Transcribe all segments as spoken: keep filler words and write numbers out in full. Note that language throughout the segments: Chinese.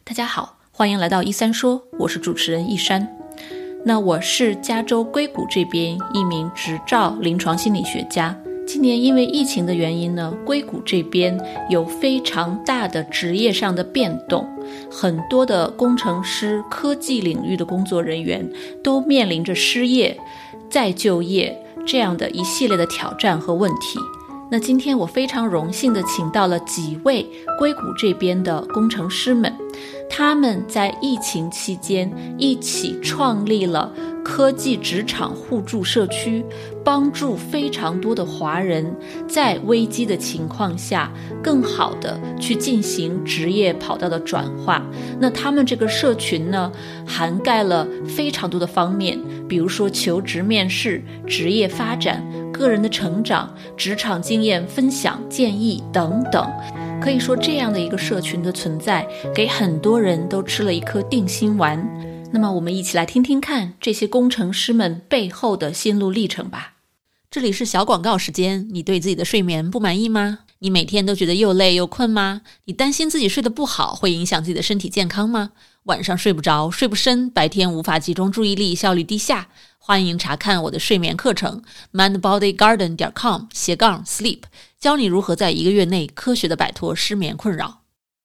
大家好，欢迎来到一三说，我是主持人一山。那我是加州硅谷这边一名执照临床心理学家。今年因为疫情的原因呢，硅谷这边有非常大的职业上的变动，很多的工程师、科技领域的工作人员都面临着失业、再就业这样的一系列的挑战和问题。那今天我非常荣幸的请到了几位硅谷这边的工程师们，他们在疫情期间一起创立了科技职场互助社区，帮助非常多的华人在危机的情况下更好的去进行职业跑道的转化。那他们这个社群呢，涵盖了非常多的方面，比如说求职面试、职业发展、个人的成长、职场经验分享、建议等等。可以说这样的一个社群的存在，给很多人都吃了一颗定心丸。那么我们一起来听听看这些工程师们背后的心路历程吧。这里是小广告时间。你对自己的睡眠不满意吗？你每天都觉得又累又困吗？你担心自己睡得不好会影响自己的身体健康吗？晚上睡不着，睡不深，白天无法集中注意力，效率低下？欢迎查看我的睡眠课程 mindbodygarden 点 com 斜杠 sleep， 教你如何在一个月内科学的摆脱失眠困扰。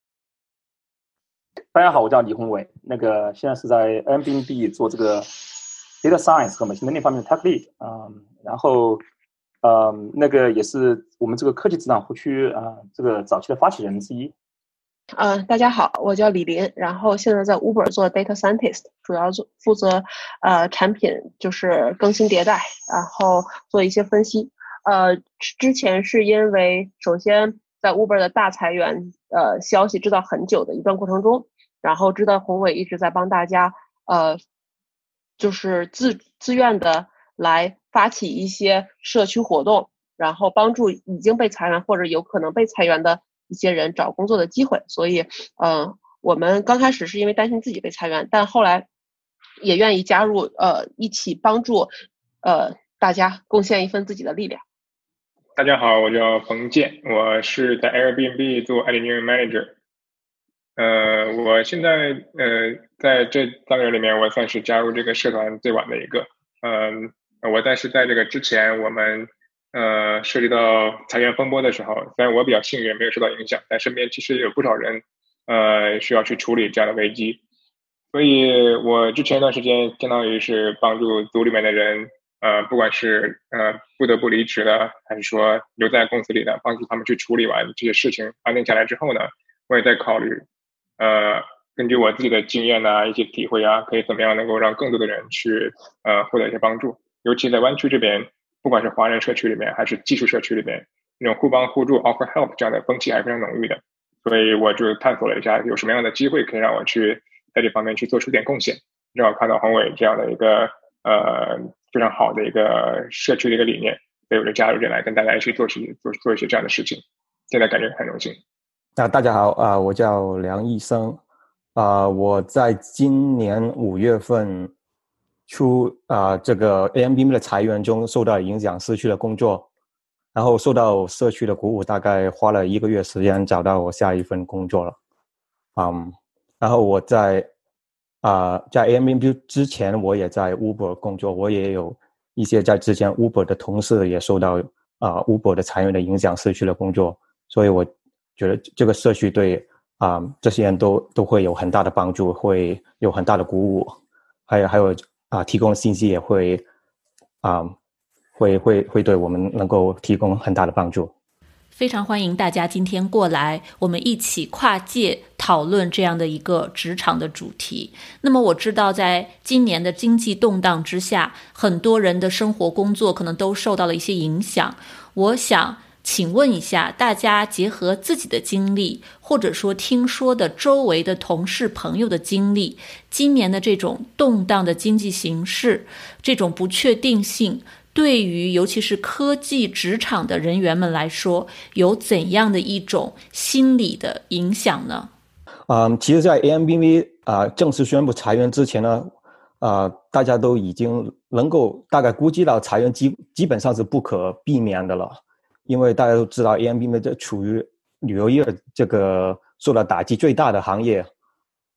大家好，我叫李宏伟，那个现在是在 Airbnb 做这个 data science 和 machine learning 方面的 tech lead， 嗯，然后嗯，那个也是我们这个科技职场互区啊、呃，这个早期的发起人之一。 呃，大家好，我叫李林，然后现在在 Uber 做 data scientist， 主要做负责呃产品就是更新迭代，然后做一些分析。呃，之前是因为首先在 Uber 的大裁员呃消息知道很久的一段过程中，然后知道宏伟一直在帮大家呃就是自自愿的来发起一些社区活动，然后帮助已经被裁员或者有可能被裁员的一些人找工作的机会。所以呃我们刚开始是因为担心自己被裁员，但后来也愿意加入呃一起帮助呃大家贡献一份自己的力量。 大家好，我叫冯健，我是在 Airbnb 做 engineering manager。呃，我现在呃在这三个人里面，我算是加入这个社团最晚的一个。嗯、呃，我但是在这个之前，我们呃涉及到裁员风波的时候，虽然我比较幸运没有受到影响，但身边其实有不少人呃需要去处理这样的危机。所以我之前一段时间相当于是帮助组里面的人，呃，不管是呃不得不离职的，还是说留在公司里的，帮助他们去处理完这些事情，安定下来之后呢，我也在考虑，呃，根据我自己的经验啊，一些体会啊，可以怎么样能够让更多的人去呃获得一些帮助。尤其在湾区这边，不管是华人社区里面，还是技术社区里面，那种互帮互助 offer help 这样的风气还是非常浓郁的。所以我就探索了一下，有什么样的机会可以让我去在这方面去做出点贡献。正好看到宏伟这样的一个呃非常好的一个社区的一个理念，所以我就加入进来，跟大家一起做起做做一些这样的事情。现在感觉很荣幸。 那大家好啊、呃，我叫梁医生啊、呃，我在今年五月份出啊、呃、这个 Airbnb 的裁员中受到影响，失去了工作，然后受到社区的鼓舞，大概花了一个月时间找到我下一份工作了。嗯，然后我在啊、呃、在 Airbnb 之前，我也在 Uber 工作，我也有一些在之前 Uber 的同事也受到啊、呃、Uber 的裁员的影响，失去了工作，所以我觉得这个社区对啊、呃、这些人都都会有很大的帮助，会有很大的鼓舞，还有还有啊、呃、提供信息也会啊、呃、会会会对我们能够提供很大的帮助。 非常欢迎大家今天过来，我们一起跨界讨论这样的一个职场的主题。那么我知道在今年的经济动荡之下，很多人的生活工作可能都受到了一些影响。我想请问一下大家，结合自己的经历，或者说听说的周围的同事朋友的经历，今年的这种动荡的经济形势，这种不确定性，对于尤其是科技职场的人员们来说，有怎样的一种心理的影响呢？ 嗯，其实在 Airbnb 啊、呃、正式宣布裁员之前呢，呃，大家都已经能够大概估计到裁员基基本上是不可避免的了，因为大家都知道 Airbnb 这处于旅游业这个受到打击最大的行业，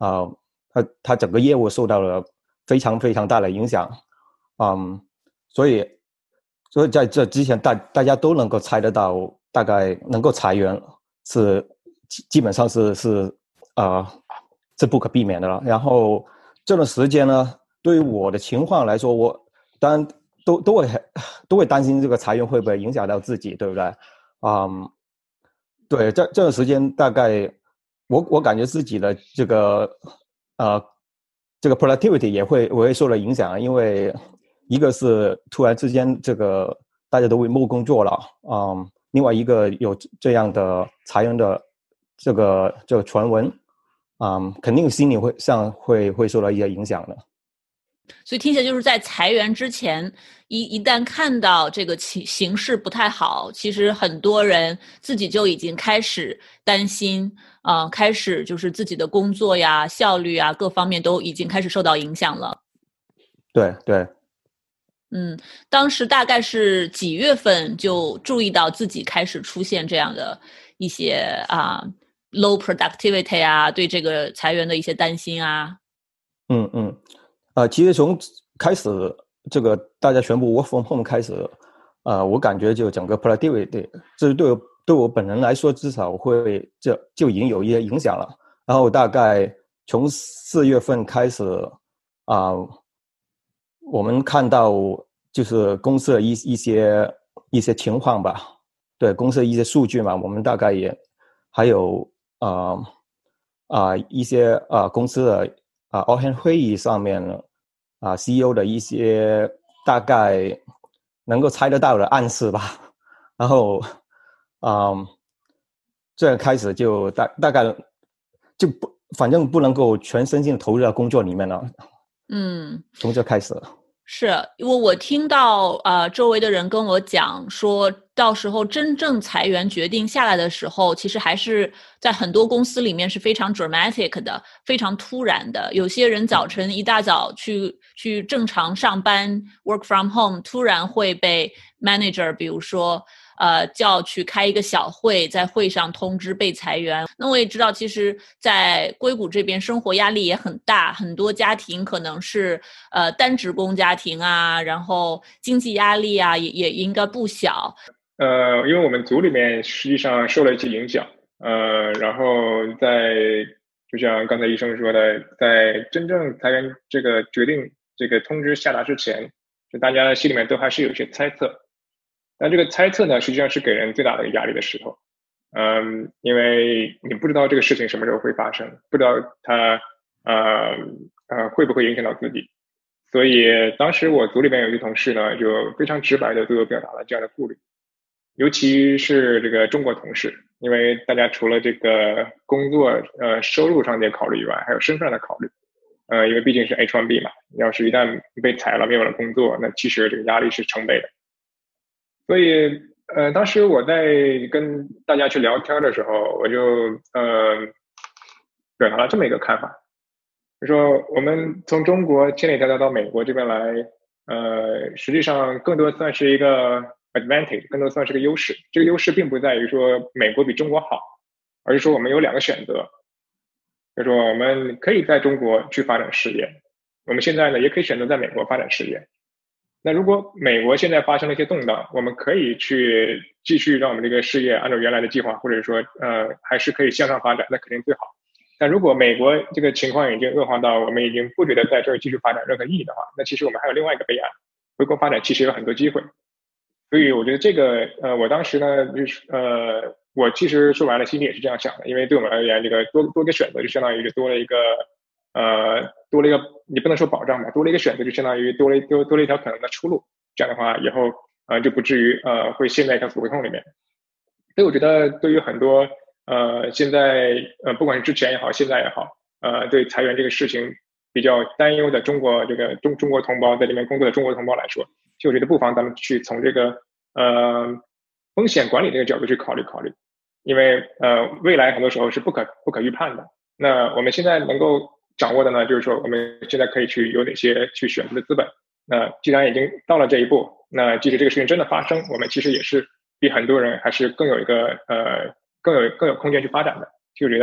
啊，它它整个业务受到了非常非常大的影响，嗯，所以所以在这之前大大家都能够猜得到，大概能够裁员是基本上是是呃是不可避免的了。然后这段时间呢，对于我的情况来说，我当然都都会都会担心这个裁员会不会影响到自己，对不对？嗯，对，这这段时间大概我我感觉自己的这个呃这个 productivity 也会也会受到影响，因为一个是突然之间这个大家都 remote 工作了，嗯，另外一个有这样的裁员的这个这个传闻，嗯，肯定心理会上会会受到一些影响的。 所以听起来就是在裁员之前，一一旦看到这个形形势不太好，其实很多人自己就已经开始担心，呃，开始就是自己的工作呀、效率啊各方面都已经开始受到影响了。 对对。 嗯，当时大概是几月份就注意到自己开始出现这样的一些啊 low productivity 啊，对这个裁员的一些担心啊？ 嗯嗯。呃，其实从开始这个大家全部 work from home 开始，呃，我感觉就整个 productivity， 这对我对我本人来说，至少会就就已经有一些影响了。然后大概从四月份开始，啊、呃，我们看到就是公司的一一些一些情况吧，对公司的一些数据嘛，我们大概也还有啊啊、呃呃、一些啊、呃、公司的。啊 all hand 会议上面啊 C E O 的一些大概能够猜得到的暗示吧，然后嗯，这开始就大大概就不反正不能够全身心投入到工作里面了。 嗯， 从这开始。 是因为我听到呃周围的人跟我讲说，到时候真正裁员决定下来的时候，其实还是在很多公司里面是非常 dramatic 的，非常突然的。有些人早晨一大早去去正常上班 work from home， 突然会被 manager 比如说呃叫去开一个小会，在会上通知被裁员。那我也知道，其实在硅谷这边生活压力也很大，很多家庭可能是呃单职工家庭啊，然后经济压力啊也也应该不小。 呃，因为我们组里面实际上受了一些影响，呃，然后在就像刚才医生说的，在真正裁员这个决定这个通知下达之前，就大家心里面都还是有一些猜测。但这个猜测呢，实际上是给人最大的压力的时候，嗯，因为你不知道这个事情什么时候会发生，不知道它呃呃会不会影响到自己，所以当时我组里面有一些同事呢，就非常直白的对我表达了这样的顾虑，尤其是这个中国同事，因为大家除了这个工作呃收入上的考虑以外，还有身份上的考虑，呃，因为毕竟是 H 一 B 嘛，要是一旦被裁了，没有了工作，那其实这个压力是成倍的。所以，呃，当时我在跟大家去聊天的时候，我就呃表达了这么一个看法，就说我们从中国千里迢迢到美国这边来，呃，实际上更多算是一个 advantage， 更多算是个优势。这个优势并不在于说美国比中国好，而是说我们有两个选择，就是说我们可以在中国去发展事业，我们现在呢也可以选择在美国发展事业。那如果美国现在发生了一些动荡，我们可以去继续让我们这个事业按照原来的计划，或者说呃还是可以向上发展，那肯定最好。但如果美国这个情况已经恶化到我们已经不觉得在这儿继续发展任何意义的话，那其实我们还有另外一个备案，回国发展其实有很多机会。所以我觉得这个呃我当时呢就是呃我其实说白了心里也是这样想的，因为对我们而言，这个多多个选择就相当于是多了一个呃多了一个，你不能说保障吧，多了一个选择就相当于多了多多了一条可能的出路。这样的话以后呃就不至于呃会陷在一条死胡同里面。所以我觉得对于很多呃现在呃不管是之前也好现在也好，呃对裁员这个事情比较担忧的中国这个中中国同胞，在里面工作的中国同胞来说，就我觉得不妨咱们去从这个呃风险管理这个角度去考虑考虑，因为呃未来很多时候是不可不可预判的。那我们现在能够掌握的呢，就是说我们现在可以去有哪些去选择的资本。那既然已经到了这一步，那即使这个事情真的发生，我们其实也是比很多人还是更有一个呃更有更有空间去发展的。就觉得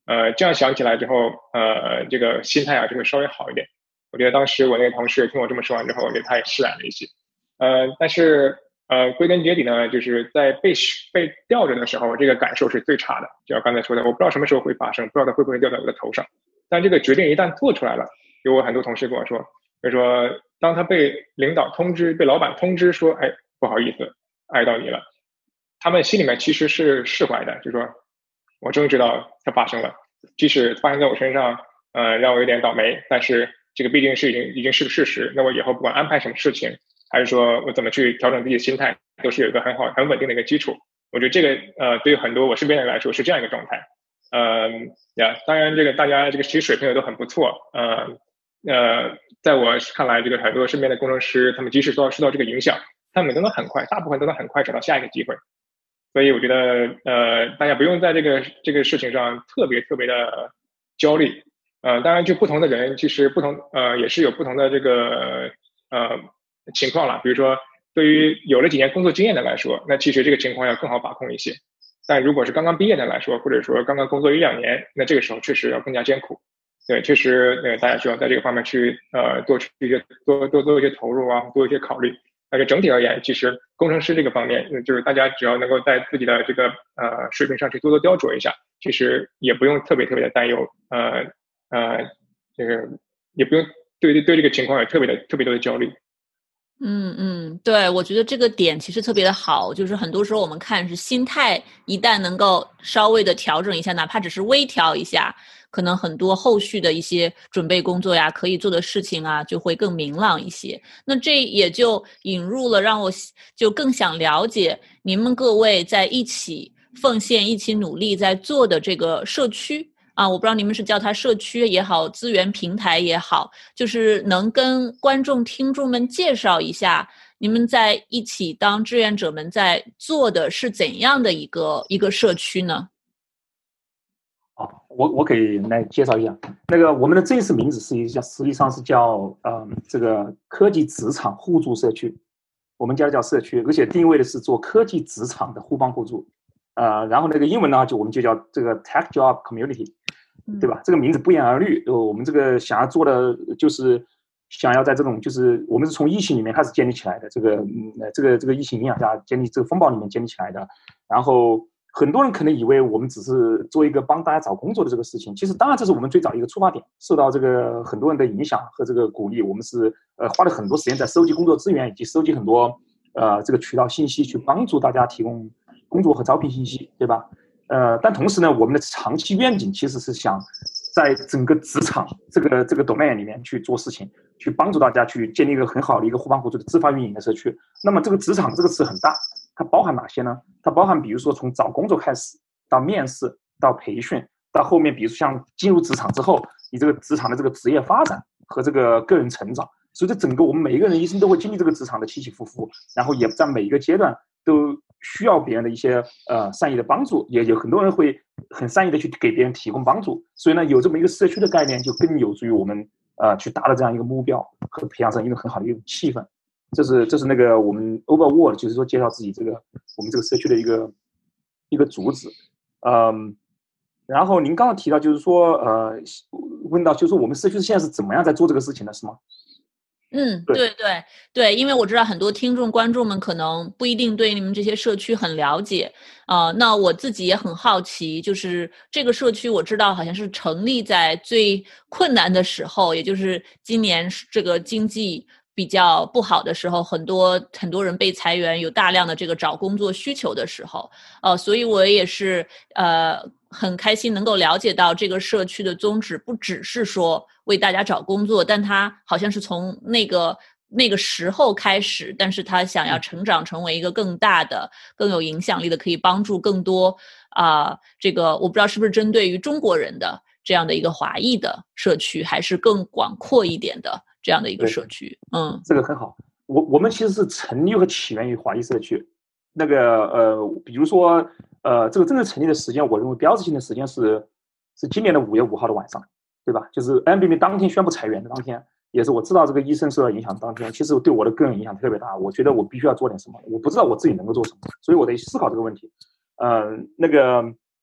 呃，这样想起来之后，呃，这个心态啊就会稍微好一点。我觉得当时我那个同事听我这么说完之后，我觉得他也释然了一些。呃，但是呃，归根结底呢，就是在被被吊着的时候，这个感受是最差的。就像刚才说的，我不知道什么时候会发生，不知道它会不会掉在我的头上。但这个决定一旦做出来了，有我很多同事跟我说，就说当他被领导通知、被老板通知说，哎，不好意思，碍到你了，他们心里面其实是释怀的，就说我终于知道它发生了，即使发生在我身上，呃，让我有点倒霉，但是这个毕竟是已经已经是个事实。那我以后不管安排什么事情，还是说我怎么去调整自己的心态，都是有一个很好很稳定的一个基础。我觉得这个呃，对于很多我身边的人来说是这样一个状态。呃呀，当然这个大家这个其实水平也都很不错。呃呃，在我看来，这个很多身边的工程师，他们即使受到受到这个影响，他们都能很快，大部分都能很快找到下一个机会。所以我觉得呃，大家不用在这个这个事情上特别特别的焦虑。呃，当然就不同的人，其实不同呃也是有不同的这个呃情况了。比如说，对于有了几年工作经验的来说，那其实这个情况要更好把控一些。但如果是刚刚毕业的来说，或者说刚刚工作一两年，那这个时候确实要更加艰苦。对，确实那个大家需要在这个方面去呃多去一些多多多一些投入啊，多一些考虑。但是整体而言，其实工程师这个方面，就是大家只要能够在自己的这个呃水平上去多多雕琢一下，其实也不用特别特别的担忧，呃呃，这个也不用对对对这个情况有特别的特别多的焦虑。 嗯嗯，对，我觉得这个点其实特别的好，就是很多时候我们看是心态一旦能够稍微的调整一下，哪怕只是微调一下，可能很多后续的一些准备工作呀，可以做的事情啊，就会更明朗一些。那这也就引入了让我就更想了解你们各位在一起奉献、一起努力在做的这个社区。啊，我不知道你们是叫它社区也好，资源平台也好，就是能跟观众听众们介绍一下你们在一起当志愿者们在做的是怎样的一个一个社区呢？ 哦，我我可以来介绍一下，那个我们的正式名字是一叫，实际上是叫嗯这个科技职场互助社区，我们家叫社区，而且定位的是做科技职场的互帮互助。呃，然后那个英文呢，就我们就叫这个 Tech Job Community， 对吧？这个名字不言而喻。呃，我们这个想要做的就是想要在这种就是我们是从疫情里面开始建立起来的，这个嗯这个这个疫情影响下建立这个风暴里面建立起来的。然后很多人可能以为我们只是做一个帮大家找工作的这个事情，其实当然这是我们最早一个出发点，受到这个很多人的影响和这个鼓励，我们是呃花了很多时间在收集工作资源以及收集很多呃这个渠道信息，去帮助大家提供工作和招聘信息，对吧？呃，但同时呢，我们的长期愿景其实是想在整个职场这个这个 domain 里面去做事情，去帮助大家去建立一个很好的一个互帮互助的自发运营的社区。那么这个职场这个词很大，它包含哪些呢？它包含比如说从找工作开始，到面试，到培训，到后面比如说像进入职场之后，你这个职场的这个职业发展和这个个人成长。所以这整个我们每一个人一生都会经历这个职场的起起伏伏，然后也在每一个阶段都需要别人的一些呃善意的帮助，也有很多人会很善意的去给别人提供帮助。所以呢，有这么一个社区的概念，就更有助于我们呃去达到这样一个目标和培养成一个很好的一个气氛。这是这是那个我们 Overworld 就是说介绍自己这个我们这个社区的一个一个主旨。嗯，然后您刚刚提到就是说呃问到就是说我们社区现在是怎么样在做这个事情的，是吗？ 嗯，对对对，因为我知道很多听众观众们可能不一定对你们这些社区很了解，呃，那我自己也很好奇，就是这个社区我知道好像是成立在最困难的时候，也就是今年这个经济比较不好的时候，很多很多人被裁员，有大量的这个找工作需求的时候，呃，所以我也是呃很开心能够了解到这个社区的宗旨不只是说为大家找工作，但他好像是从那个那个时候开始，但是他想要成长成为一个更大的、更有影响力的，可以帮助更多啊、呃，这个我不知道是不是针对于中国人的这样的一个华裔的社区，还是更广阔一点的这样的一个社区。嗯， 这个很好。我我们其实是成立和起源于华裔社区。那个呃，比如说呃，这个真正成立的时间，我认为标志性的时间是是今年的五月五号的晚上，对吧？就是 M B B 当天宣布裁员的当天，也是我知道这个医生受到影响的当天。其实对我的个人影响特别大，我觉得我必须要做点什么，我不知道我自己能够做什么，所以我得思考这个问题。呃，那个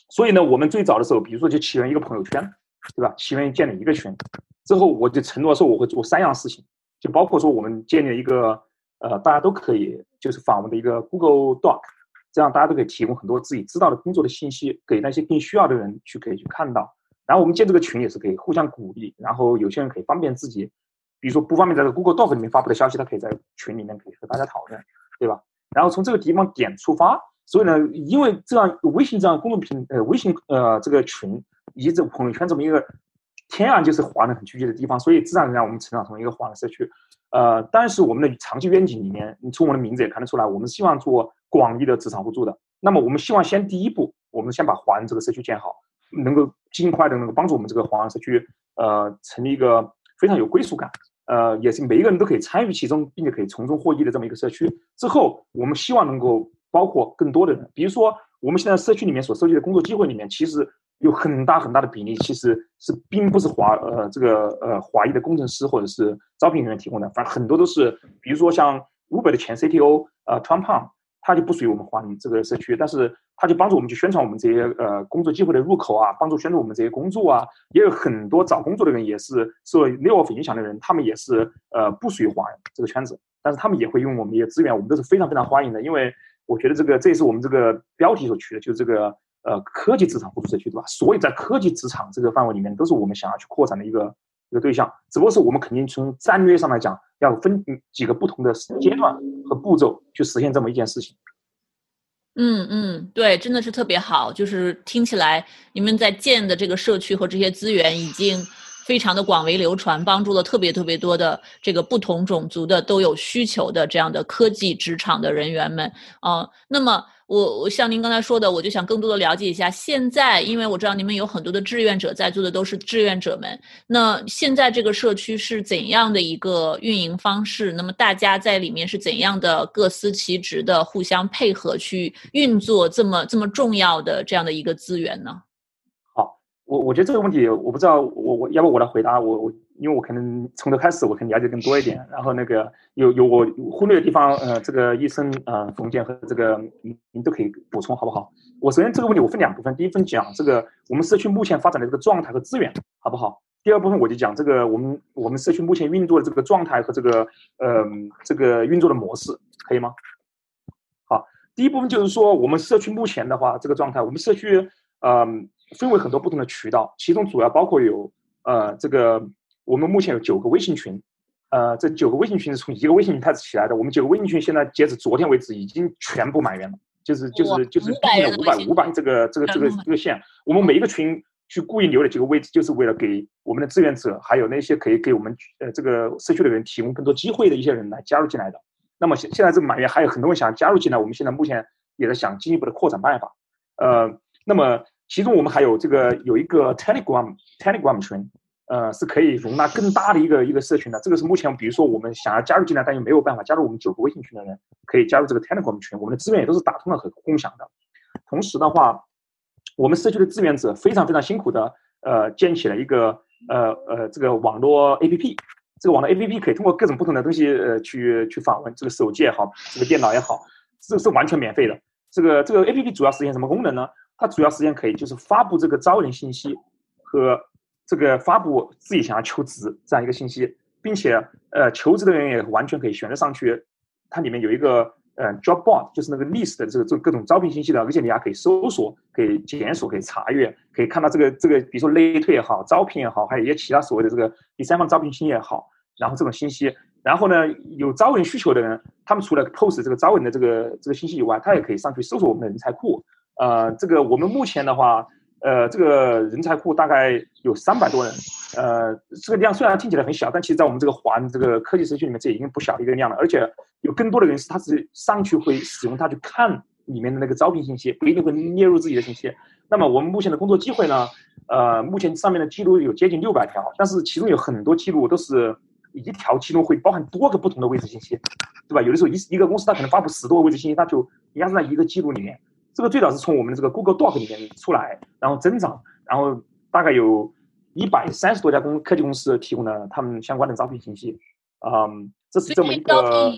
所以呢，我们最早的时候，比如说就起源一个朋友圈，对吧？起源建了一个群，之后我就承诺说我会做三样事情，就包括说我们建立了一个呃大家都可以就是访问的一个 Google Doc， 这样大家都可以提供很多自己知道的工作的信息给那些更需要的人去可以去看到。然后我们建这个群也是可以互相鼓励，然后有些人可以方便自己，比如说不方便在这个 Google Doc 里面发布的消息，他可以在群里面可以和大家讨论，对吧？然后从这个地方点出发，所以呢，因为这样微信这样公众平呃微信呃这个群以及这个朋友圈这么一个天然就是华人很聚集的地方，所以自然而然我们成长成一个华人社区。呃，但是我们的长期愿景里面，你从我的名字也看得出来，我们希望做广义的职场互助的。那么我们希望先第一步，我们先把华人这个社区建好，能够尽快的能够帮助我们这个华人社区呃成立一个非常有归属感，呃也是每一个人都可以参与其中，并且可以从中获益的这么一个社区。之后我们希望能够包括更多的人，比如说我们现在社区里面所收集的工作机会里面，其实有很大很大的比例其实是并不是华呃这个呃华裔的工程师或者是招聘人员提供的，反正很多都是比如说像 Uber 的前 C T O 呃 Tom Pang， 他就不属于我们华人这个社区，但是他就帮助我们去宣传我们这些呃工作机会的入口啊，帮助宣传我们这些工作啊。也有很多找工作的人也是受 layoff 影响的人，他们也是呃不属于华人这个圈子，但是他们也会用我们的资源，我们都是非常非常欢迎的。因为我觉得这个这也是我们这个标题所取的，就是这个呃科技职场互助社区，对吧？所以在科技职场这个范围里面，都是我们想要去扩展的一个一个对象。只不过是我们肯定从战略上来讲，要分几个不同的阶段和步骤去实现这么一件事情。 嗯嗯，对，真的是特别好。就是听起来你们在建的这个社区和这些资源已经非常的广为流传，帮助了特别特别多的这个不同种族的都有需求的这样的科技职场的人员们。呃，那么我我像您刚才说的，我就想更多的了解一下现在，因为我知道你们有很多的志愿者在做的都是志愿者们，那现在这个社区是怎样的一个运营方式？那么大家在里面是怎样的各司其职的互相配合去运作这么这么重要的这样的一个资源呢？ 好，我我觉得这个问题我不知道，我我要不我来回答，我我因为我可能从头开始我可能了解更多一点，然后那个有有我忽略的地方，呃，这个医生呃冯健和这个您都可以补充，好不好？我首先这个问题我分两部分，第一部分讲这个我们社区目前发展的这个状态和资源，好不好？第二部分我就讲这个我们我们社区目前运作的这个状态和这个呃这个运作的模式，可以吗？好，第一部分就是说我们社区目前的话这个状态，我们社区呃分为很多不同的渠道，其中主要包括有呃这个我们目前有九个微信群，呃这九个微信群是从一个微信群开始起来的，我们九个微信群现在截止昨天为止已经全部满员了，就是就是就是定了五百五百这个这个这个这个线，我们每一个群去故意留了几个位置，就是为了给我们的志愿者还有那些可以给我们呃这个社区的人提供更多机会的一些人来加入进来的。那么现现在这个满员还有很多人想加入进来，我们现在目前也在想进一步的扩展办法。呃，那么其中我们还有这个有一个 Telegram Telegram 群，呃，是可以容纳更大的一个一个社群的。这个是目前比如说我们想要加入进来，但又没有办法加入我们九个微信群的人，可以加入这个 Telegram 群，我们的资源也都是打通了和共享的。同时的话，我们社区的志愿者非常非常辛苦的呃建起了一个呃呃这个网络 A P P。这个网络 A P P 可以通过各种不同的东西呃去去访问，这个手机也好，这个电脑也好，这个是完全免费的。这个这个 A P P 主要实现什么功能呢？它主要实现可以就是发布这个招人信息和这个发布自己想要求职这样一个信息，并且呃求职的人也完全可以选择上去，它里面有一个呃 job board， 就是那个 list 的这个这个各种招聘信息的，而且你还可以搜索、可以检索、可以查阅，可以看到这个这个比如说类推也好、招聘也好，还有一些其他所谓的这个第三方招聘信息也好，然后这种信息，然后呢有招人需求的人，他们除了 post 这个招人的这个这个信息以外，他也可以上去搜索我们的人才库。呃，这个我们目前的话，呃，这个人才库大概有三百多人，呃，这个量虽然听起来很小，但其实在我们这个华人这个科技社区里面，这已经不小的一个量了。而且有更多的人是他是上去会使用它去看里面的那个招聘信息，不一定会列入自己的信息。那么我们目前的工作机会呢，呃，目前上面的记录有接近六百条，但是其中有很多记录都是一条其中会包含多个不同的位置信息，对吧？有的时候一一个公司它可能发布十多个位置信息，它就压在一个记录里面。这个最早是从我们的这个 Google Doc 里面出来，然后增长，然后大概有一百三十多家公科技公司提供了他们相关的招聘信息，嗯，这是这么一个。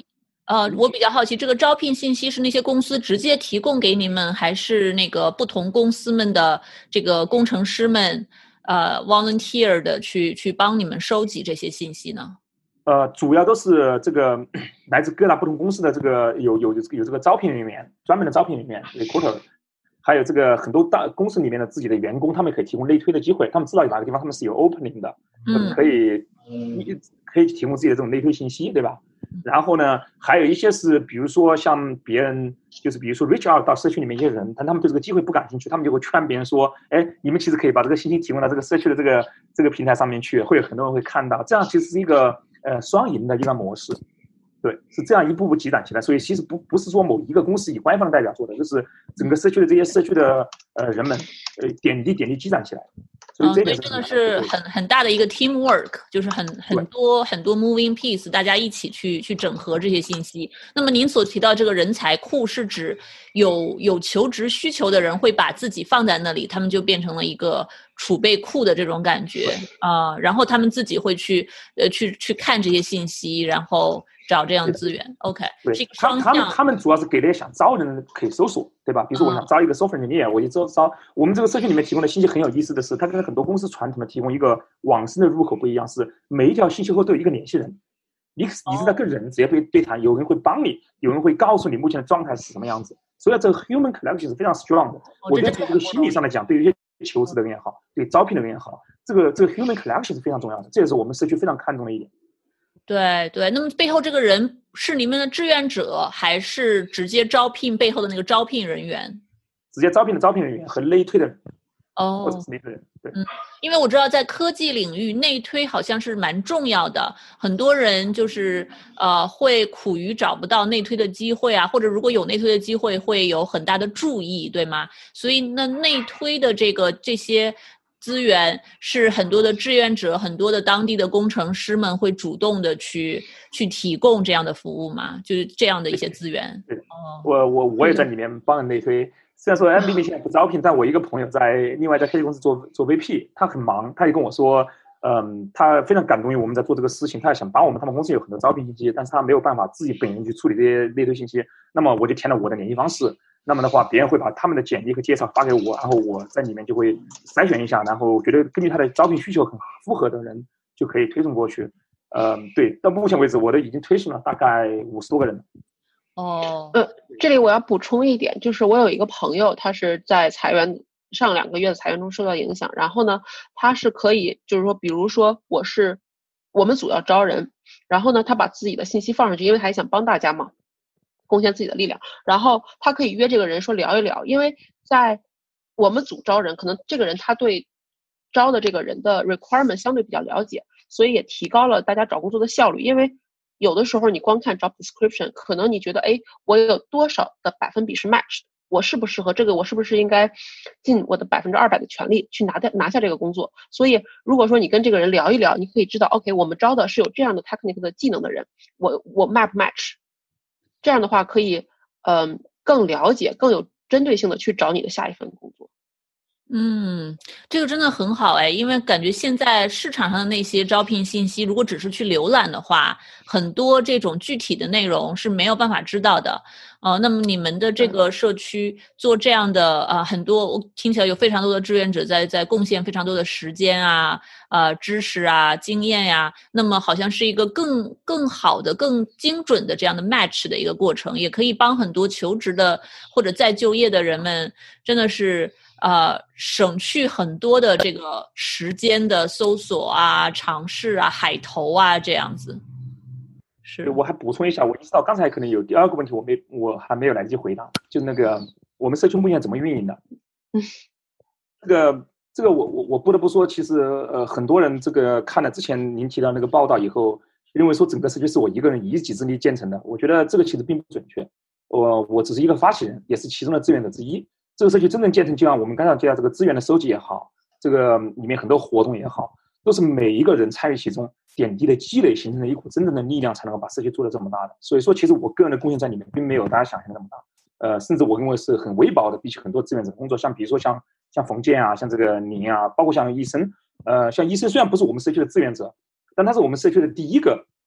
呃，我比较好奇，这个招聘信息是那些公司直接提供给你们，还是那个不同公司们的这个工程师们呃 volunteer 的去去帮你们收集这些信息呢？ 呃，主要都是这个来自各大不同公司的这个有有有这个招聘人员，专门的招聘人员 recruiter， 还有这个很多大公司里面的自己的员工，他们可以提供内推的机会，他们知道有哪个地方他们是有 opening 的，嗯，可以可以提供自己的这种内推信息，对吧？然后呢，还有一些是，比如说像别人，就是比如说 reach out 到社区里面一些人，但他们对这个机会不感兴趣，他们就会劝别人说，哎，你们其实可以把这个信息提供到这个社区的这个这个平台上面去，会有很多人会看到，这样其实是一个呃双赢的一个模式。对，是这样一步步积攒起来，所以其实不不是说某一个公司以官方代表做的，就是整个社区的这些社区的呃人们，呃点滴点滴积攒起来。所以这嗯，所以真的是很很大的一个 teamwork， 就是很很多很多 moving piece， 大家一起去去整合这些信息。那么您所提到这个人才库，是指有有求职需求的人会把自己放在那里，他们就变成了一个储备库的这种感觉啊、呃，然后他们自己会去呃去去看这些信息，然后找这样的资源。OK， 对，他他们他们主要是给那些想招人可以搜索，对吧？比如说我想招一个 software engineer，、嗯、我就招招。我们这个社区里面提供的信息很有意思的是，它跟很多公司传统的提供一个网申的入口不一样，是每一条信息后都有一个联系人，你你是在跟人直接对对谈，有人会帮你，有人会告诉你目前的状态是什么样子。所以这个 human connection 是非常 strong 的。哦、我觉得从这个心理上来讲，对于一些求职的人也好，对招聘的人也好，这个这个 human connection 是非常重要的，这也是我们社区非常看重的一点。 对对，那么背后这个人是你们的志愿者，还是直接招聘背后的那个招聘人员？ 直接招聘的招聘人员和内推的人。 哦， 或者是内推人，对， 嗯，因为我知道在科技领域，内推好像是蛮重要的，很多人就是呃会苦于找不到内推的机会啊，或者如果有内推的机会，会有很大的注意，对吗？所以那内推的这个这些资源是很多的志愿者，很多的当地的工程师们会主动的去去提供这样的服务嘛，就是这样的一些资源。 对，哦、我我我也在里面帮人内推。虽然说 M B B 现在不招聘，但我一个朋友在另外在科技公司做做 V P， 他很忙，他也跟我说，嗯，他非常感动于我们在做这个事情，他也想帮我们。他们公司有很多招聘信息，但是他没有办法自己本人去处理这些内推信息。那么我就填了我的联系方式。那么的话，别人会把他们的简历和介绍发给我，然后我在里面就会筛选一下，然后觉得根据他的招聘需求很符合的人就可以推送过去。嗯，对，到目前为止我都已经推送了大概五十多个人。 哦， 呃，这里我要补充一点，就是我有一个朋友，他是在裁员上两个月的裁员中受到影响，然后呢，他是可以，就是说，比如说我是我们组要招人，然后呢，他把自己的信息放上去，因为他也想帮大家嘛，贡献自己的力量，然后他可以约这个人说聊一聊，因为在我们组招人，可能这个人他对招的这个人的 requirement 相对比较了解，所以也提高了大家找工作的效率，因为有的时候你光看 job description， 可能你觉得，哎，我有多少的百分比是 match 的，我适不适合这个，我是不是应该尽我的百分之二百的全力去拿掉拿下这个工作？所以如果说你跟这个人聊一聊，你可以知道 ，OK， 我们招的是有这样的 technical 的技能的人，我我 map match， 这样的话可以，嗯、呃，更了解、更有针对性的去找你的下一份工作。 嗯，这个真的很好哎，因为感觉现在市场上的那些招聘信息，如果只是去浏览的话，很多这种具体的内容是没有办法知道的。呃，那么你们的这个社区做这样的呃很多，我听起来有非常多的志愿者在在贡献非常多的时间啊、呃知识啊、经验呀、啊，那么好像是一个更更好的、更精准的这样的 match 的一个过程，也可以帮很多求职的或者在就业的人们，真的是。呃，省去很多的这个时间的搜索啊、尝试啊、海投啊这样子。是， 我还补充一下，我意识到刚才可能有第二个问题，我没，我还没有来得及回答，就那个我们社区目前怎么运营的？嗯，这个这个我我我不得不说，其实呃很多人这个看了之前您提到那个报道以后，认为说整个社区是我一个人以己之力建成的，我觉得这个其实并不准确。我我只是一个发起人，也是其中的志愿者之一。这个社区真正建成，就像我们刚才提到这个资源的收集也好，这个里面很多活动也好，都是每一个人参与其中，点滴的积累形成了一股真正的力量，才能够把社区做得这么大的。所以说，其实我个人的贡献在里面，并没有大家想象的那么大。呃，甚至我认为是很微薄的，比起很多志愿者工作，像比如说像像冯健啊，像这个您啊，包括像医生，呃，像医生虽然不是我们社区的志愿者，但他是我们社区的第一个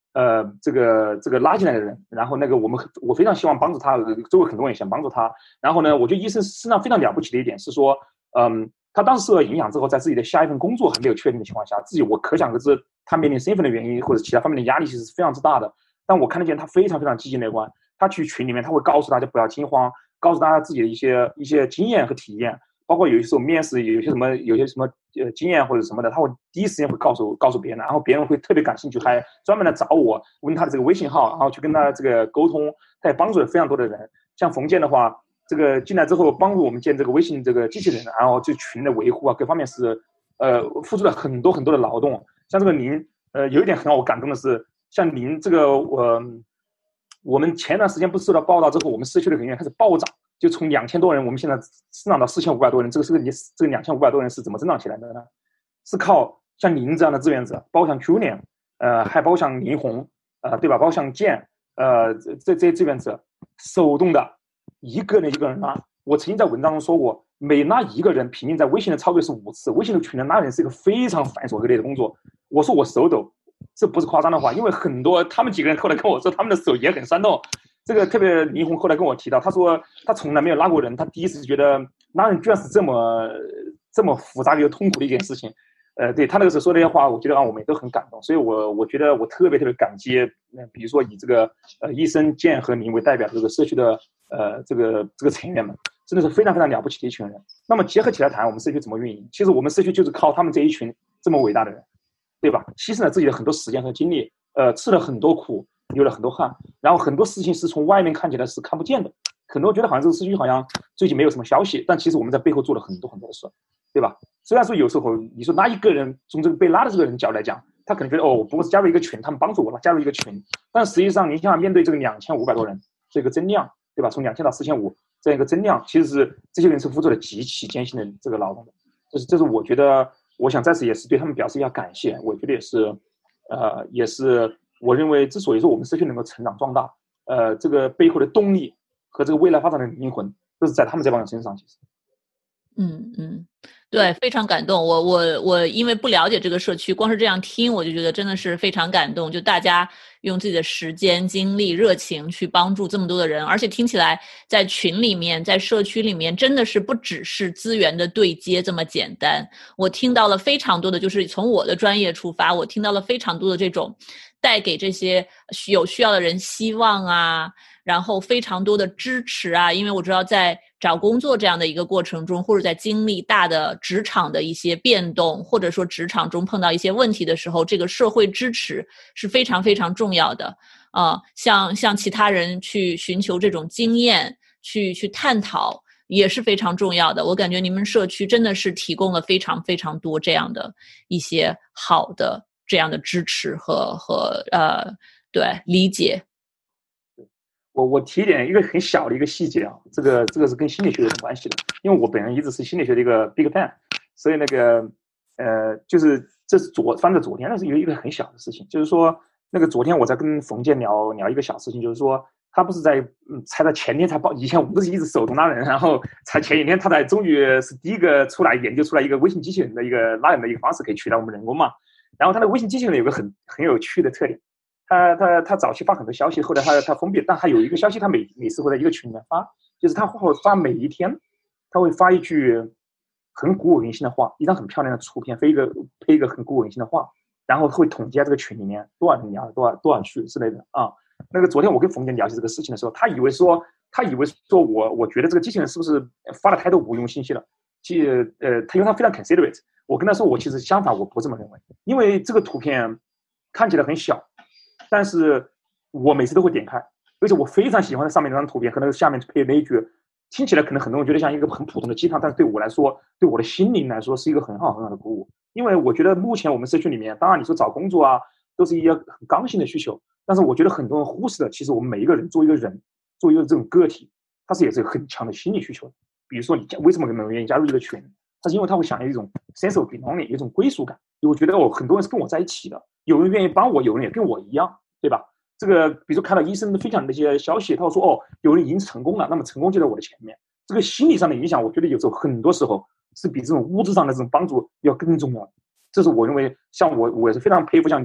呃这个这个拉进来的人，然后那个我们我非常希望帮助他，周围很多人也想帮助他。然后呢，我觉得医生身上非常了不起的一点是说，嗯，他当时受到影响之后，在自己的下一份工作还没有确定的情况下，自己我可想而知他面临身份的原因或者其他方面的压力其实是非常之大的。但我看得见他非常非常积极乐观，他去群里面他会告诉大家不要惊慌，告诉大家自己的一些一些经验和体验。包括有些时候面试有些什么有些什么呃经验或者什么的，他会第一时间会告诉告诉别人，然后别人会特别感兴趣，还专门来找我问他的这个微信号，然后去跟他这个沟通，他也帮助了非常多的人。像冯健的话，这个进来之后帮助我们建这个微信这个机器人，然后这群的维护啊各方面是呃付出了很多很多的劳动。像这个您呃有一点很让我感动的是，像您这个我、呃、我们前段时间不是受到报道之后，我们社区的人员开始暴涨。就从两千多人，我们现在增长到四千五百多人，这个是个这个两千五百多人是怎么增长起来的呢？是靠像您这样的志愿者，包括像 Julian， 呃，还包括像林红，呃，对吧？包括像建，呃，这这些志愿者手动的，一个人一个人拉。我曾经在文章中说过，每拉一个人，平均在微信的操作是五次。微信的群的拉人是一个非常繁琐恶劣的工作。我说我手抖，这不是夸张的话，因为很多他们几个人后来跟我说，他们的手也很酸痛。这个特别林红后来跟我提到，他说他从来没有拉过人，他第一次觉得拉人居然是这么这么复杂又痛苦的一件事情。呃，对他那个时候说那些话，我觉得让我们都很感动，所以我我觉得我特别特别感激，呃，比如说以这个呃医生建和您为代表的这个社区的呃这个这个成员们，真的是非常非常了不起的一群人。那么结合起来谈，我们社区怎么运营？其实我们社区就是靠他们这一群这么伟大的人，对吧？牺牲了自己的很多时间和精力，呃，吃了很多苦。流了很多汗，然后很多事情是从外面看起来是看不见的，很多觉得好像这个社区好像最近没有什么消息，但其实我们在背后做了很多很多的事，对吧？虽然说有时候你说拉一个人，从这个被拉的这个人角度来讲，他可能觉得哦，我不过是加入一个群，他们帮助我了，加入一个群，但实际上你想面对这个两千五百多人这个增量，对吧？从两千到四千五这样一个增量，其实是这些人是付出了极其艰辛的这个劳动的，这是这是我觉得，我想在此也是对他们表示一下感谢，我觉得也是，呃，也是。我认为，之所以说我们社区能够成长壮大，呃，这个背后的动力和这个未来发展的灵魂，都是在他们这帮人身上。其实， 嗯嗯，对，非常感动。我我我，因为不了解这个社区，光是这样听，我就觉得真的是非常感动。就大家用自己的时间、精力、热情去帮助这么多的人，而且听起来在群里面、在社区里面，真的是不只是资源的对接这么简单。我听到了非常多的，就是从我的专业出发，我听到了非常多的这种。带给这些有需要的人希望啊，然后非常多的支持啊，因为我知道在找工作这样的一个过程中，或者在经历大的职场的一些变动，或者说职场中碰到一些问题的时候，这个社会支持是非常非常重要的啊、呃。像像其他人去寻求这种经验，去去探讨也是非常重要的。我感觉你们社区真的是提供了非常非常多这样的一些好的。这样的支持和和呃对理解。 我我提点一个很小的一个细节啊，这个这个是跟心理学有点关系的，因为我本人一直是心理学的一个 big fan， 所以那个呃就是这是昨翻着昨天的是有一个很小的事情，就是说那个昨天我在跟冯健聊聊一个小事情，就是说他不是在嗯才在前天才报，以前我们都是一直手动拉人，然后才前几天他才终于是第一个出来研究出来一个微信机器人的一个拉人的一个方式可以取代我们人工嘛。然后他的微信机器人有个很很有趣的特点，他他他早期发很多消息，后来他他封闭，但他有一个消息，他每每次会在一个群里面发，就是他会发每一天，他会发一句很鼓舞人心的话，一张很漂亮的图片，配一个配一个很鼓舞人心的话，然后会统计在这个群里面多少人聊了多少多少句之类的啊。那个昨天我跟冯健聊起这个事情的时候，他以为说他以为说我我觉得这个机器人是不是发了太多无用信息了？其实呃，他因为他非常 considerate。我跟他说，我其实相反，我不这么认为，因为这个图片看起来很小，但是我每次都会点开，而且我非常喜欢上面那张图片，可能下面配那一句，听起来可能很多人觉得像一个很普通的鸡汤，但是对我来说，对我的心灵来说是一个很好很好的鼓舞。因为我觉得目前我们社区里面，当然你说找工作啊，都是一些很刚性的需求，但是我觉得很多人忽视了，其实我们每一个人作为一个人，作为一个这种个体，他是也是有很强的心理需求的。比如说你为什么人愿意加入一个群？他是因为他会想要一种 sense of belonging， 一种归属感。我觉得我很多人是跟我在一起的，有人愿意帮我，有人也跟我一样，对吧？这个比如说看到医生分享的那些消息，他说哦，有人已经成功了，那么成功就在我的前面。这个心理上的影响，我觉得有时候很多时候是比这种物质上的这种帮助要更重要的。这是我认为，像我我也是非常佩服像你们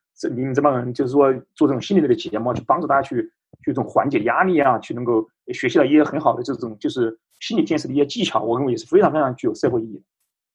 这你们这帮人就是说做这种心理类的节目，去帮助大家去去这种缓解压力啊，去能够学习到一些很好的这种就是心理建设的一些技巧，我认为也是非常非常具有社会意义的。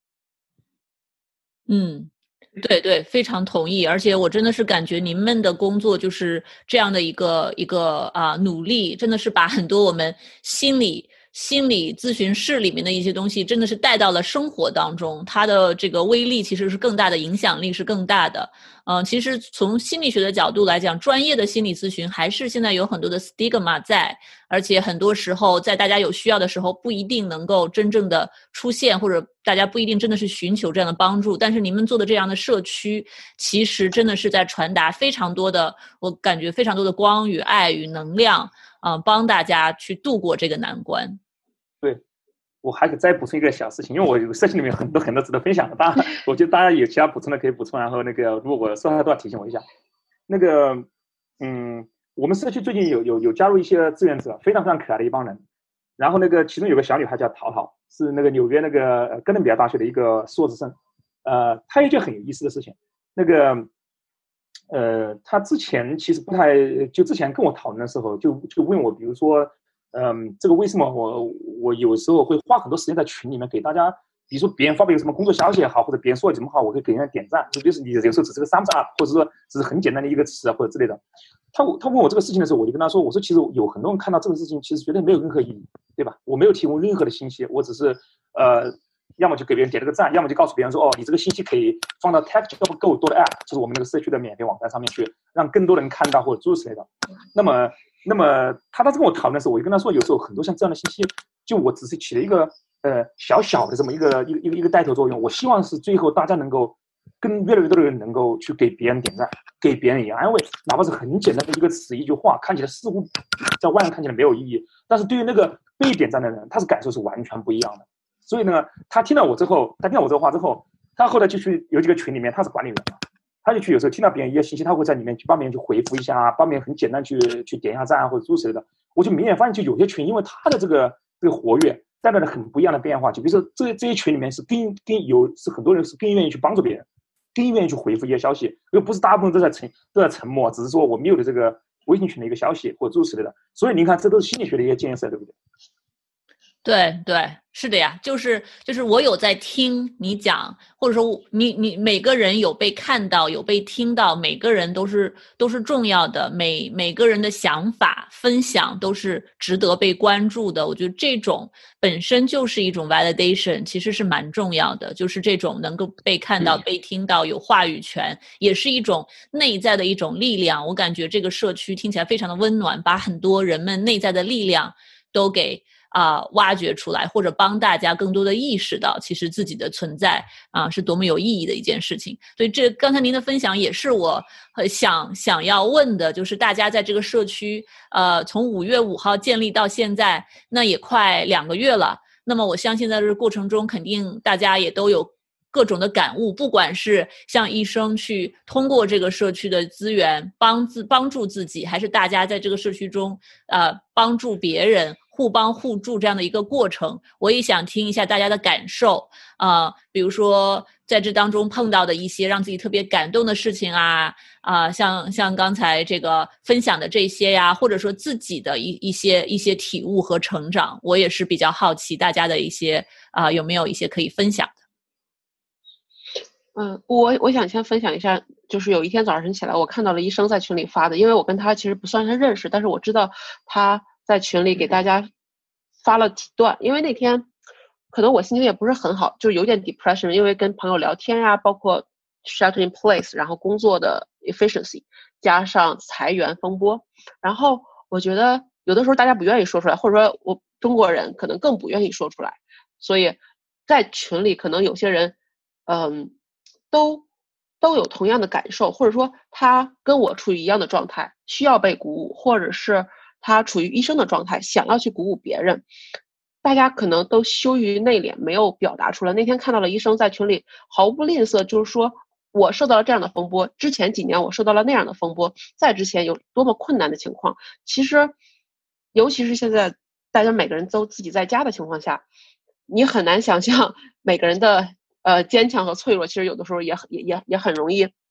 嗯，对对，非常同意。而且我真的是感觉您们的工作就是这样的一个一个啊、呃、努力，真的是把很多我们心理心理咨询室里面的一些东西，真的是带到了生活当中，它的这个威力其实是更大的，影响力是更大的。嗯、呃，其实从心理学的角度来讲，专业的心理咨询还是现在有很多的 stigma 在，而且很多时候在大家有需要的时候不一定能够真正的出现，或者大家不一定真的是寻求这样的帮助。但是你们做的这样的社区，其实真的是在传达非常多的，我感觉非常多的光与爱与能量，啊、呃，帮大家去度过这个难关。 对，我还可以再补充一个小事情，因为我社区里面很多很多值得分享的，大家我觉得大家有其他补充的可以补充，然后那个如果我说的都要提醒我一下。那个，嗯，我们社区最近有有有加入一些志愿者，非常非常可爱的一帮人。然后那个其中有个小女孩叫淘淘，是那个纽约那个哥伦比亚大学的一个硕士生。呃，她有一件很有意思的事情，那个，呃，她之前其实不太，就之前跟我讨论的时候，就就问我，比如说。嗯，这个为什么我我有时候会花很多时间在群里面给大家，比如说别人发表什么工作消息也好，或者别人说的怎么好，我会给人家点赞，就比如说你有时候只是个 thumbs up， 或者说只是很简单的一个词啊或者之类的。他他问我这个事情的时候，我就跟他说，我说其实有很多人看到这个事情，其实觉得没有任何意义，对吧？我没有提供任何的信息，我只是呃，要么就给别人点了个赞，要么就告诉别人说，哦，你这个信息可以放到 TechJobGo 多的 app， 就是我们那个社区的免费网站上面去，让更多人看到或者诸如此类的。那么。那么他当时跟我讨论的时候，我就跟他说，有时候很多像这样的信息，就我只是起了一个呃小小的这么一个一个一个一个带头作用。我希望是最后大家能够跟越来越多的人能够去给别人点赞，给别人以安慰，哪怕是很简单的一个词一句话，看起来似乎在外人看起来没有意义，但是对于那个被点赞的人，他是感受是完全不一样的。所以呢，他听到我之后，他听到我这个话之后，他后来就去有几个群里面，他是管理员嘛。他就去有时候听到别人一些信息，他会在里面去帮别人去回复一下，帮别人很简单去去点一下赞啊或者诸如此类的。我就明显发现，就有些群因为他的这个这个活跃，带来了很不一样的变化。就比如说这这些群里面是更更有是很多人是更愿意去帮助别人，更愿意去回复一些消息，而不是大部分都在沉都在沉默，只是说我没有的这个微信群的一个消息或者诸如此类的。所以您看，这都是心理学的一些建设，对不对？ 对对，是的呀，就是就是我有在听你讲，或者说你你每个人有被看到，有被听到，每个人都是都是重要的，每每个人的想法分享都是值得被关注的。我觉得这种本身就是一种 validation， 其实是蛮重要的，就是这种能够被看到、被听到，有话语权，也是一种内在的一种力量。我感觉这个社区听起来非常的温暖，把很多人们内在的力量都给。啊、呃，挖掘出来，或者帮大家更多的意识到，其实自己的存在啊、呃、是多么有意义的一件事情。所以这刚才您的分享也是我想想要问的，就是大家在这个社区，呃，从五月五号建立到现在，那也快两个月了。那么我相信在这个过程中，肯定大家也都有各种的感悟，不管是像医生去通过这个社区的资源帮自帮助自己，还是大家在这个社区中呃帮助别人。互帮互助这样的一个过程，我也想听一下大家的感受啊、呃，比如说在这当中碰到的一些让自己特别感动的事情啊啊、呃，像像刚才这个分享的这些呀，或者说自己的一一些一些体悟和成长，我也是比较好奇大家的一些啊、呃，有没有一些可以分享的？ 嗯，我我想先分享一下，就是有一天早上起来，我看到了医生在群里发的，因为我跟他其实不算是认识，但是我知道他。在群里给大家发了几段，因为那天可能我心情也不是很好，就有点 depression， 因为跟朋友聊天呀、啊，包括 shelter in place， 然后工作的 efficiency， 加上裁员风波，然后我觉得有的时候大家不愿意说出来，或者说我中国人可能更不愿意说出来，所以在群里可能有些人嗯都都有同样的感受，或者说他跟我处于一样的状态，需要被鼓舞，或者是他处于医生的状态，想要去鼓舞别人，大家可能都羞于内敛，没有表达出来。那天看到了医生在群里毫不吝啬，就是说我受到了这样的风波，之前几年我受到了那样的风波，在之前有多么困难的情况。其实尤其是现在大家每个人都自己在家的情况下，你很难想象每个人的呃坚强和脆弱，其实有的时候也也也也很容易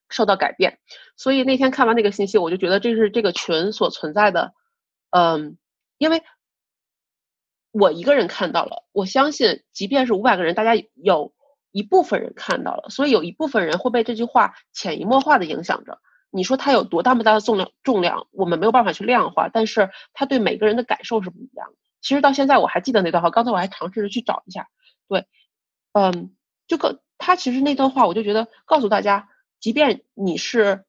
受到改变。所以那天看完那个信息，我就觉得这是这个群所存在的，嗯，因为我一个人看到了，我相信即便是五百个人，大家有一部分人看到了，所以有一部分人会被这句话潜移默化的影响着。你说它有多大么大的重量重量，我们没有办法去量化，但是它对每个人的感受是不一样的。其实到现在我还记得那段话，刚才我还尝试着去找一下。对，嗯，这个他其实那段话，我就觉得告诉大家，即便你是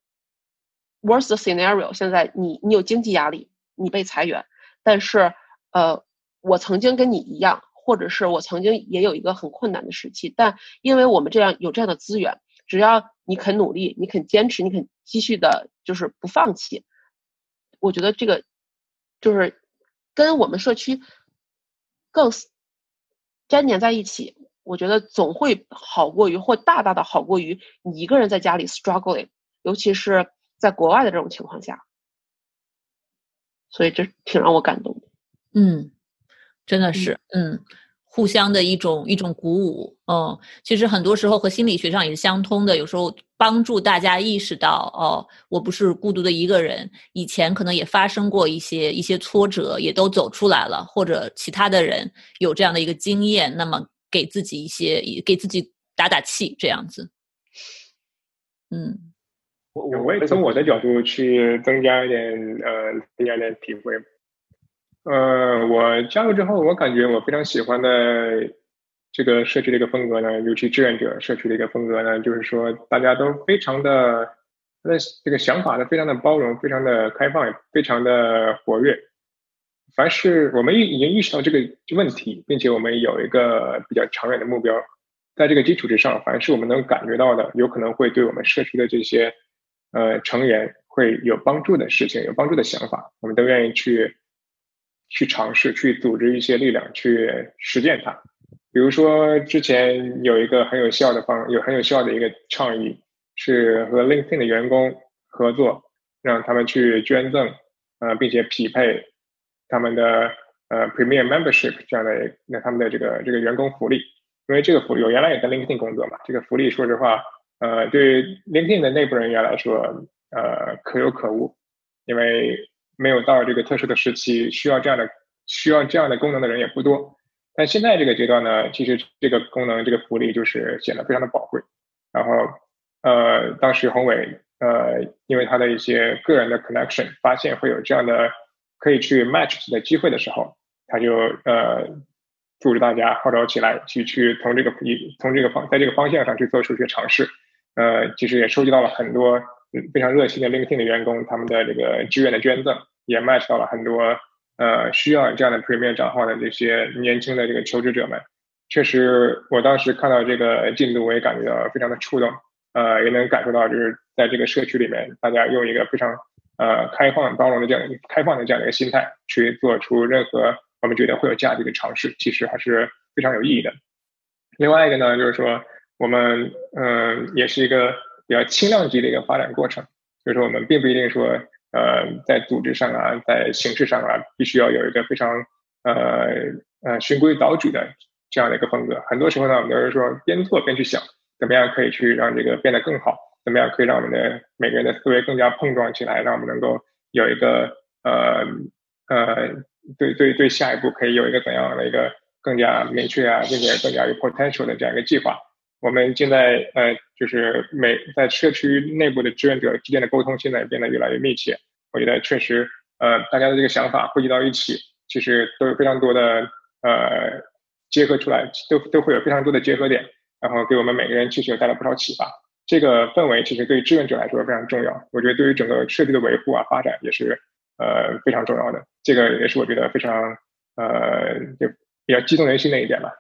worst scenario， 现在你你有经济压力，你被裁员，但是呃，我曾经跟你一样，或者是我曾经也有一个很困难的时期，但因为我们这样有这样的资源，只要你肯努力，你肯坚持，你肯继续的，就是不放弃，我觉得这个就是跟我们社区更粘连在一起，我觉得总会好过于或大大的好过于你一个人在家里 struggling， 尤其是在国外的这种情况下，所以这挺让我感动的。 嗯，真的是，嗯。嗯互相的一种一种鼓舞，嗯，其实很多时候和心理学上也是相通的，有时候帮助大家意识到，哦，我不是孤独的一个人，以前可能也发生过一些一些挫折，也都走出来了，或者其他的人有这样的一个经验，那么给自己一些给自己打打气，这样子。嗯， 我我也从我的角度去增加一点呃增加一点体会。呃，我加入之后，我感觉我非常喜欢的这个社区的一个风格呢，尤其志愿者社区的一个风格呢，就是说大家都非常的，他的这个想法呢非常的包容，非常的开放，非常的活跃。凡是我们已经意识到这个问题，并且我们有一个比较长远的目标，在这个基础之上，凡是我们能感觉到的，有可能会对我们社区的这些呃成员会有帮助的事情，有帮助的想法，我们都愿意去。去尝试去组织一些力量去实践它。比如说之前有一个很有效的方有很有效的一个倡议，是和 LinkedIn 的员工合作，让他们去捐赠呃并且匹配他们的呃 Premier Membership 这样的那他们的这个这个员工福利。因为这个福利我原来也在 LinkedIn 工作嘛，这个福利说实话呃对 LinkedIn 的内部人员来说呃可有可无，因为没有到这个特殊的时期，需要这样的需要这样的功能的人也不多。但现在这个阶段呢，其实这个功能这个福利就是显得非常的宝贵。然后呃，当时宏伟呃，因为他的一些个人的 connection， 发现会有这样的可以去 match 的机会的时候，他就呃组织大家号召起来，去去从这个从这个方在这个方向上去做出一些尝试。呃，其实也收集到了很多非常热心的 LinkedIn 的员工，他们的这个志愿的捐赠，也 match 到了很多呃需要这样的 Premier 账号的这些年轻的这个求职者们。确实，我当时看到这个进度，我也感觉到非常的触动，呃，也能感受到就是在这个社区里面，大家用一个非常呃开放包容的这样开放的这样的一个心态，去做出任何我们觉得会有价值的尝试，其实还是非常有意义的。另外一个呢，就是说我们嗯、呃、也是一个比较轻量级的一个发展过程，就是说我们并不一定说呃在组织上啊，在形式上啊，必须要有一个非常呃呃循规蹈矩的这样的一个风格。很多时候呢，我们都是说边做边去想，怎么样可以去让这个变得更好，怎么样可以让我们的每个人的思维更加碰撞起来，让我们能够有一个呃呃对对对下一步可以有一个怎样的一个更加明确啊，并且更加有 potential 的这样一个计划。我们现在呃，就是每在社区内部的志愿者之间的沟通，现在变得越来越密切。我觉得确实，呃，大家的这个想法汇集到一起，其实都有非常多的呃结合出来，都都会有非常多的结合点，然后给我们每个人其实有带来不少启发。这个氛围其实对于志愿者来说非常重要，我觉得对于整个社区的维护啊、发展也是呃非常重要的。这个也是我觉得非常呃就比较激动人心的一点吧。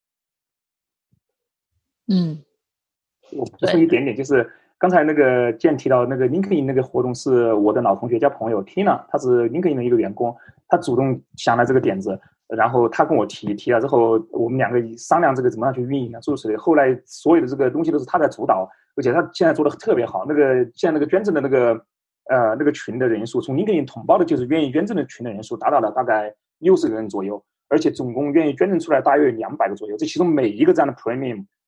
嗯， 我补充一点点，就是刚才那个健提到那个 LinkedIn 那个活动，是我的老同学加朋友 Tina， 他是 LinkedIn 的一个员工，他主动想了这个点子，然后他跟我提提了之后，我们两个商量这个怎么样去运营呢？诸如此类。后来所有的这个东西都是他在主导，而且他现在做的特别好。那个现在那个捐赠的那个呃那个群的人数，从 LinkedIn 统包的就是愿意捐赠的群的人数达到了大概六十个人左右，而且总共愿意捐赠出来大约两百个左右。这其中每一个这样的 Premium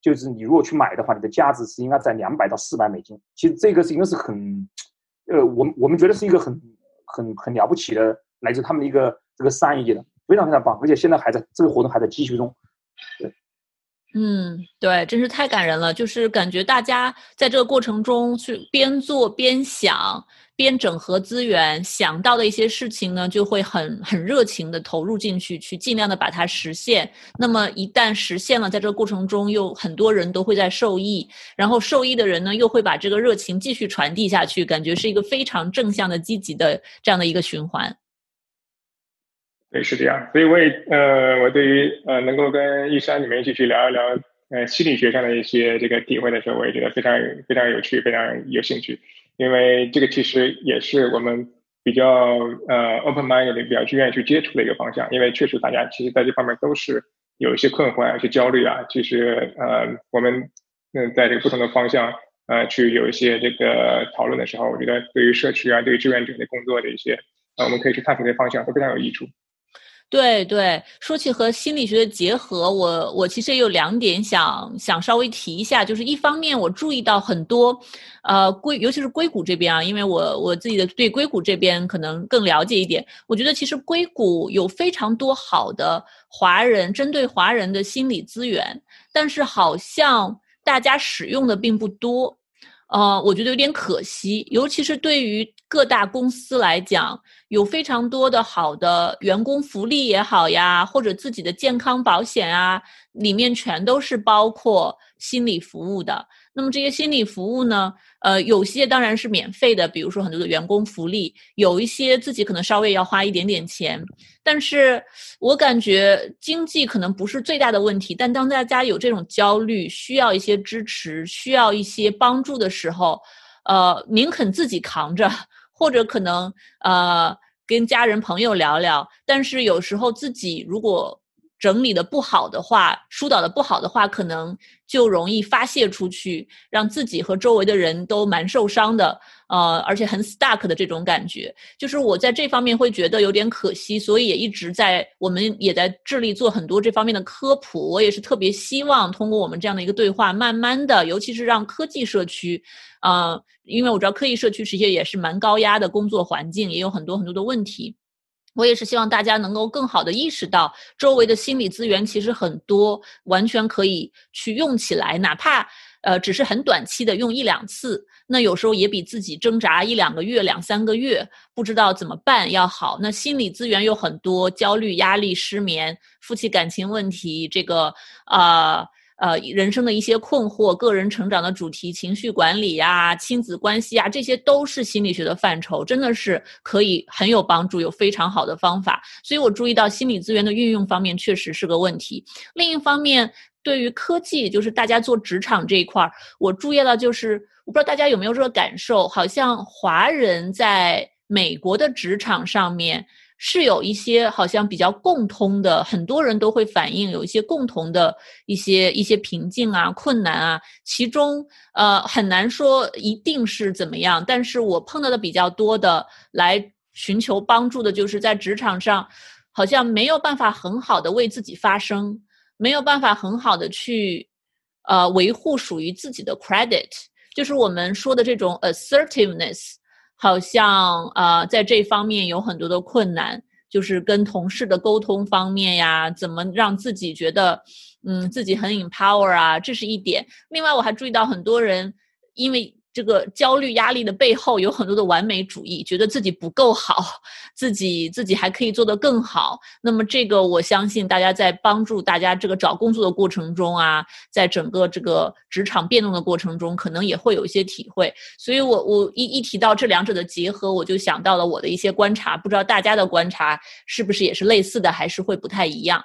就是你如果去买的话，你的价值是应该在两百到四百美金。其实这个是应该是很，呃，我们我们觉得是一个很很很了不起的，来自他们的一个这个善意的，非常非常棒，而且现在还在这个活动还在继续中。对。 嗯，对，真是太感人了。就是感觉大家在这个过程中去边做边想，边整合资源，想到的一些事情呢，就会很很热情的投入进去，去尽量的把它实现。那么一旦实现了，在这个过程中又很多人都会在受益，然后受益的人呢，又会把这个热情继续传递下去，感觉是一个非常正向的、积极的这样的一个循环。 对，是这样。所以我也呃，我对于呃能够跟一山你们一起去聊一聊呃心理学上的一些这个体会的时候，我也觉得非常非常有趣，非常有兴趣。因为这个其实也是我们比较呃 open minded 比较去愿意去接触的一个方向。因为确实大家其实在这方面都是有一些困惑啊，有些焦虑啊。其实呃我们嗯、呃、在这个不同的方向呃去有一些这个讨论的时候，我觉得对于社区啊，对于志愿者的工作的一些呃我们可以去探索的方向都非常有益处。 对对，说起和心理学的结合，我我其实也有两点想想稍微提一下，就是一方面我注意到很多，呃硅尤其是硅谷这边啊，因为我我自己的对硅谷这边可能更了解一点，我觉得其实硅谷有非常多好的华人针对华人的心理资源，但是好像大家使用的并不多。呃，我觉得有点可惜，尤其是对于各大公司来讲，有非常多的好的员工福利也好呀，或者自己的健康保险啊，里面全都是包括心理服务的。那么这些心理服务呢，呃，有些当然是免费的，比如说很多的员工福利，有一些自己可能稍微要花一点点钱。但是我感觉经济可能不是最大的问题，但当大家有这种焦虑，需要一些支持，需要一些帮助的时候，呃，宁肯自己扛着，或者可能呃跟家人朋友聊聊，但是有时候自己如果整理的不好的话，疏导的不好的话，可能就容易发泄出去，让自己和周围的人都蛮受伤的，呃，而且很 stuck 的这种感觉。就是我在这方面会觉得有点可惜，所以也一直在，我们也在致力做很多这方面的科普。我也是特别希望通过我们这样的一个对话，慢慢的，尤其是让科技社区，呃，因为我知道科技社区其实也是蛮高压的工作环境，也有很多很多的问题。我也是希望大家能够更好的意识到周围的心理资源其实很多，完全可以去用起来，哪怕呃只是很短期的用一两次，那有时候也比自己挣扎一两个月两三个月不知道怎么办要好。那心理资源有很多，焦虑、压力、失眠、夫妻感情问题，这个呃呃，人生的一些困惑，个人成长的主题，情绪管理呀、亲子关系呀，这些都是心理学的范畴，真的是可以很有帮助，有非常好的方法。所以我注意到心理资源的运用方面确实是个问题。另一方面，对于科技，就是大家做职场这一块，我注意到就是，我不知道大家有没有这个感受，好像华人在美国的职场上面是有一些好像比较共通的，很多人都会反映有一些共同的一些一些瓶颈啊、困难啊，其中呃很难说一定是怎么样，但是我碰到的比较多的来寻求帮助的就是在职场上好像没有办法很好的为自己发声，没有办法很好的去呃维护属于自己的 credit， 就是我们说的这种 assertiveness，好像呃在这方面有很多的困难，就是跟同事的沟通方面呀，怎么让自己觉得嗯自己很 empower 啊，这是一点。另外我还注意到很多人因为这个焦虑压力的背后有很多的完美主义，觉得自己不够好，自己自己还可以做得更好。那么这个我相信大家在帮助大家这个找工作的过程中啊，在整个这个职场变动的过程中，可能也会有一些体会。所以我我一一提到这两者的结合，我就想到了我的一些观察，不知道大家的观察是不是也是类似的，还是会不太一样？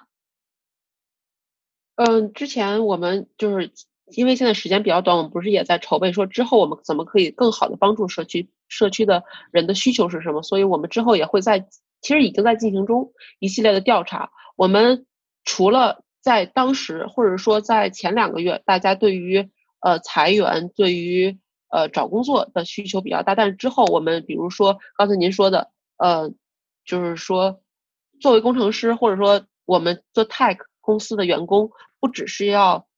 嗯，之前我们就是因为现在时间比较短，我们不是也在筹备说之后我们怎么可以更好的帮助社区社区的人的需求是什么，所以我们之后也会在其实已经在进行中一系列的调查。我们除了在当时或者说在前两个月大家对于呃裁员对于呃找工作的需求比较大，但是之后我们比如说刚才您说的呃就是说作为工程师或者说我们做 tech 公司的员工不只是要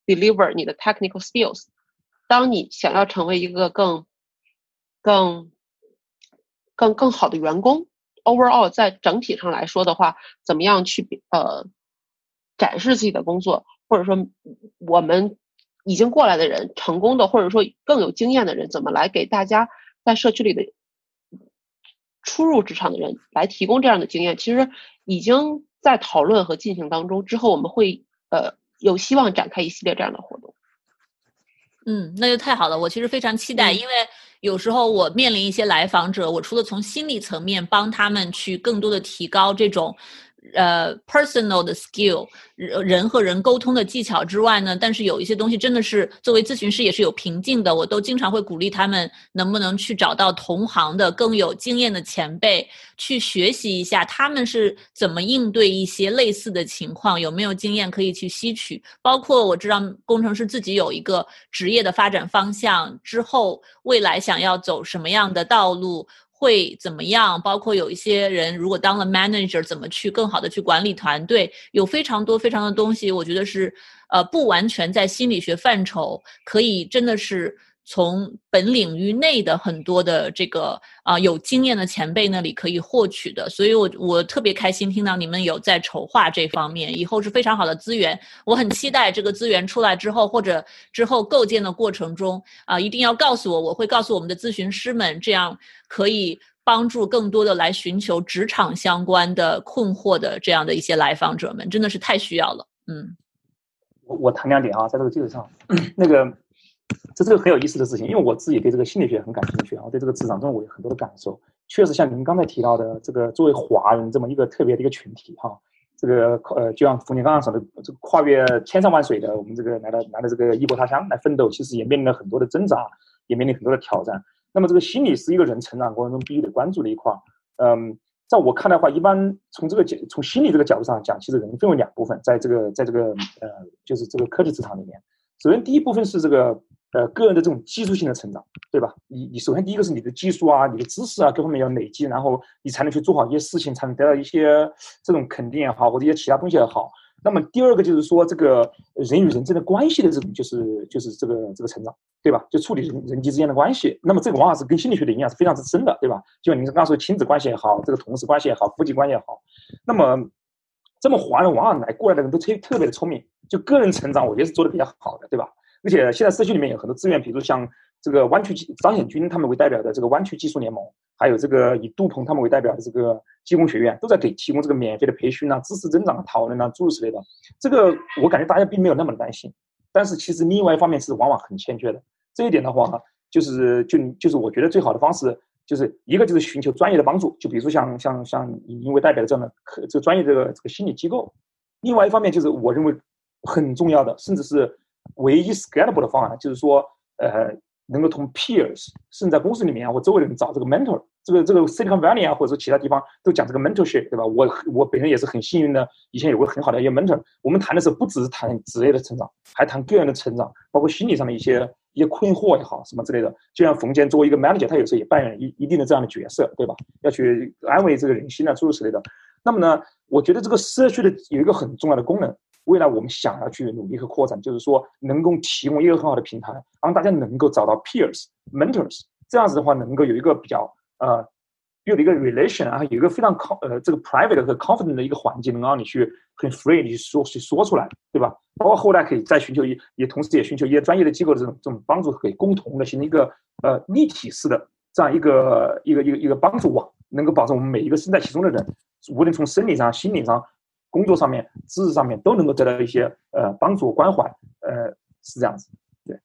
deliver 你的 technical skills。当你想要成为一个更更更更好的员工 ，overall 在整体上来说的话，怎么样去呃展示自己的工作，或者说我们已经过来的人，成功的或者说更有经验的人，怎么来给大家在社区里的初入职场的人来提供这样的经验，其实已经在讨论和进行当中。之后我们会呃有希望展开一系列这样的活动。 嗯，那就太好了。我其实非常期待， 嗯、 因为有时候我面临一些来访者，我除了从心理层面帮他们去更多的提高这种呃 personal 的 skill 人和人沟通的技巧之外呢，但是有一些东西真的是作为咨询师也是有瓶颈的，我都经常会鼓励他们能不能去找到同行的更有经验的前辈去学习一下他们是怎么应对一些类似的情况，有没有经验可以去吸取。包括我知道工程师自己有一个职业的发展方向，之后未来想要走什么样的道路会怎么样，包括有一些人如果当了 manager 怎么去更好的去管理团队，有非常多非常的东西，我觉得是呃不完全在心理学范畴，可以真的是从本领域内的很多的这个啊、呃、有经验的前辈那里可以获取的。所以我我特别开心听到你们有在筹划这方面，以后是非常好的资源。我很期待这个资源出来之后，或者之后构建的过程中啊、呃，一定要告诉我，我会告诉我们的咨询师们，这样可以帮助更多的来寻求职场相关的困惑的这样的一些来访者们，真的是太需要了。嗯， 我我谈两点啊，在这个基础上，那个这是个很有意思的事情，因为我自己对这个心理学很感兴趣，然后对这个职场中我有很多的感受。确实像您刚才提到的，这个作为华人这么一个特别的一个群体哈，这个呃，就像冯姐刚刚说的，这个跨越千山万水的，我们这个来到来到这个异国他乡来奋斗，其实也面临了很多的挣扎，也面临很多的挑战。那么这个心理是一个人成长过程中必须得关注的一块。嗯，在我看来的话，一般从这个从心理这个角度上讲，其实人分为两部分，在这个在这个呃，就是这个科技职场里面。首先第一部分是这个呃个人的这种技术性的成长，对吧？你你首先第一个是你的技术啊，你的知识啊，各方面要累积，然后你才能去做好一些事情，才能得到一些这种肯定也好，或者一些其他东西也好。那么第二个就是说，这个人与人之间的关系的这种，就是就是这个这个成长，对吧？就处理人人际之间的关系。那么这个往往是跟心理学的影响是非常之深的，对吧？就像您刚刚说，亲子关系也好，这个同事关系也好，夫妻关系也好。那么这么华人往往来过来的人都特特别的聪明，就个人成长，我觉得是做的比较好的，对吧？而且现在社区里面有很多资源，比如像这个湾区张显军他们为代表的这个湾区技术联盟，还有这个以杜鹏他们为代表的这个技工学院，都在给提供这个免费的培训啊、知识增长的讨论啊、诸如此类的。这个我感觉大家并没有那么的担心，但是其实另外一方面是往往很欠缺的。这一点的话，就是就就是我觉得最好的方式，就是一个就是寻求专业的帮助，就比如说像像像您为代表的这样的这个专业这个这个心理机构。另外一方面就是我认为很重要的，甚至是唯一 scalable 的方案，就是说，呃，能够从 peers， 甚至在公司里面啊，或周围的人找这个 mentor， 这个这个 Silicon Valley 啊，或者说其他地方都讲这个 mentorship， 对吧？我我本人也是很幸运的，以前有个很好的一个 mentor， 我们谈的时候不只是谈职业的成长，还谈个人的成长，包括心理上的一些一些困惑也好，什么之类的。就像冯坚作为一个 manager， 他有时候也扮演一一定的这样的角色，对吧？要去安慰这个人心啊，诸如此类的。那么呢，我觉得这个社区的有一个很重要的功能。未来我们想要去努力和扩展，就是说能够提供一个很好的平台，让大家能够找到 peers、mentors， 这样子的话，能够有一个比较呃，有一个 relation 啊，有一个非常呃这个 private 和 confident 的一个环境，能让你去很 free 的去说去说出来，对吧？包括后来可以再寻求一，也同时也寻求一些专业的机构的这种这种帮助，可以共同的形成一个呃立体式的这样一个一个一个一个帮助网，能够保证我们每一个身在其中的人，无论从生理上、心理上。工作上面、知识上面都能够得到一些呃帮助、关怀，呃是这样子，对。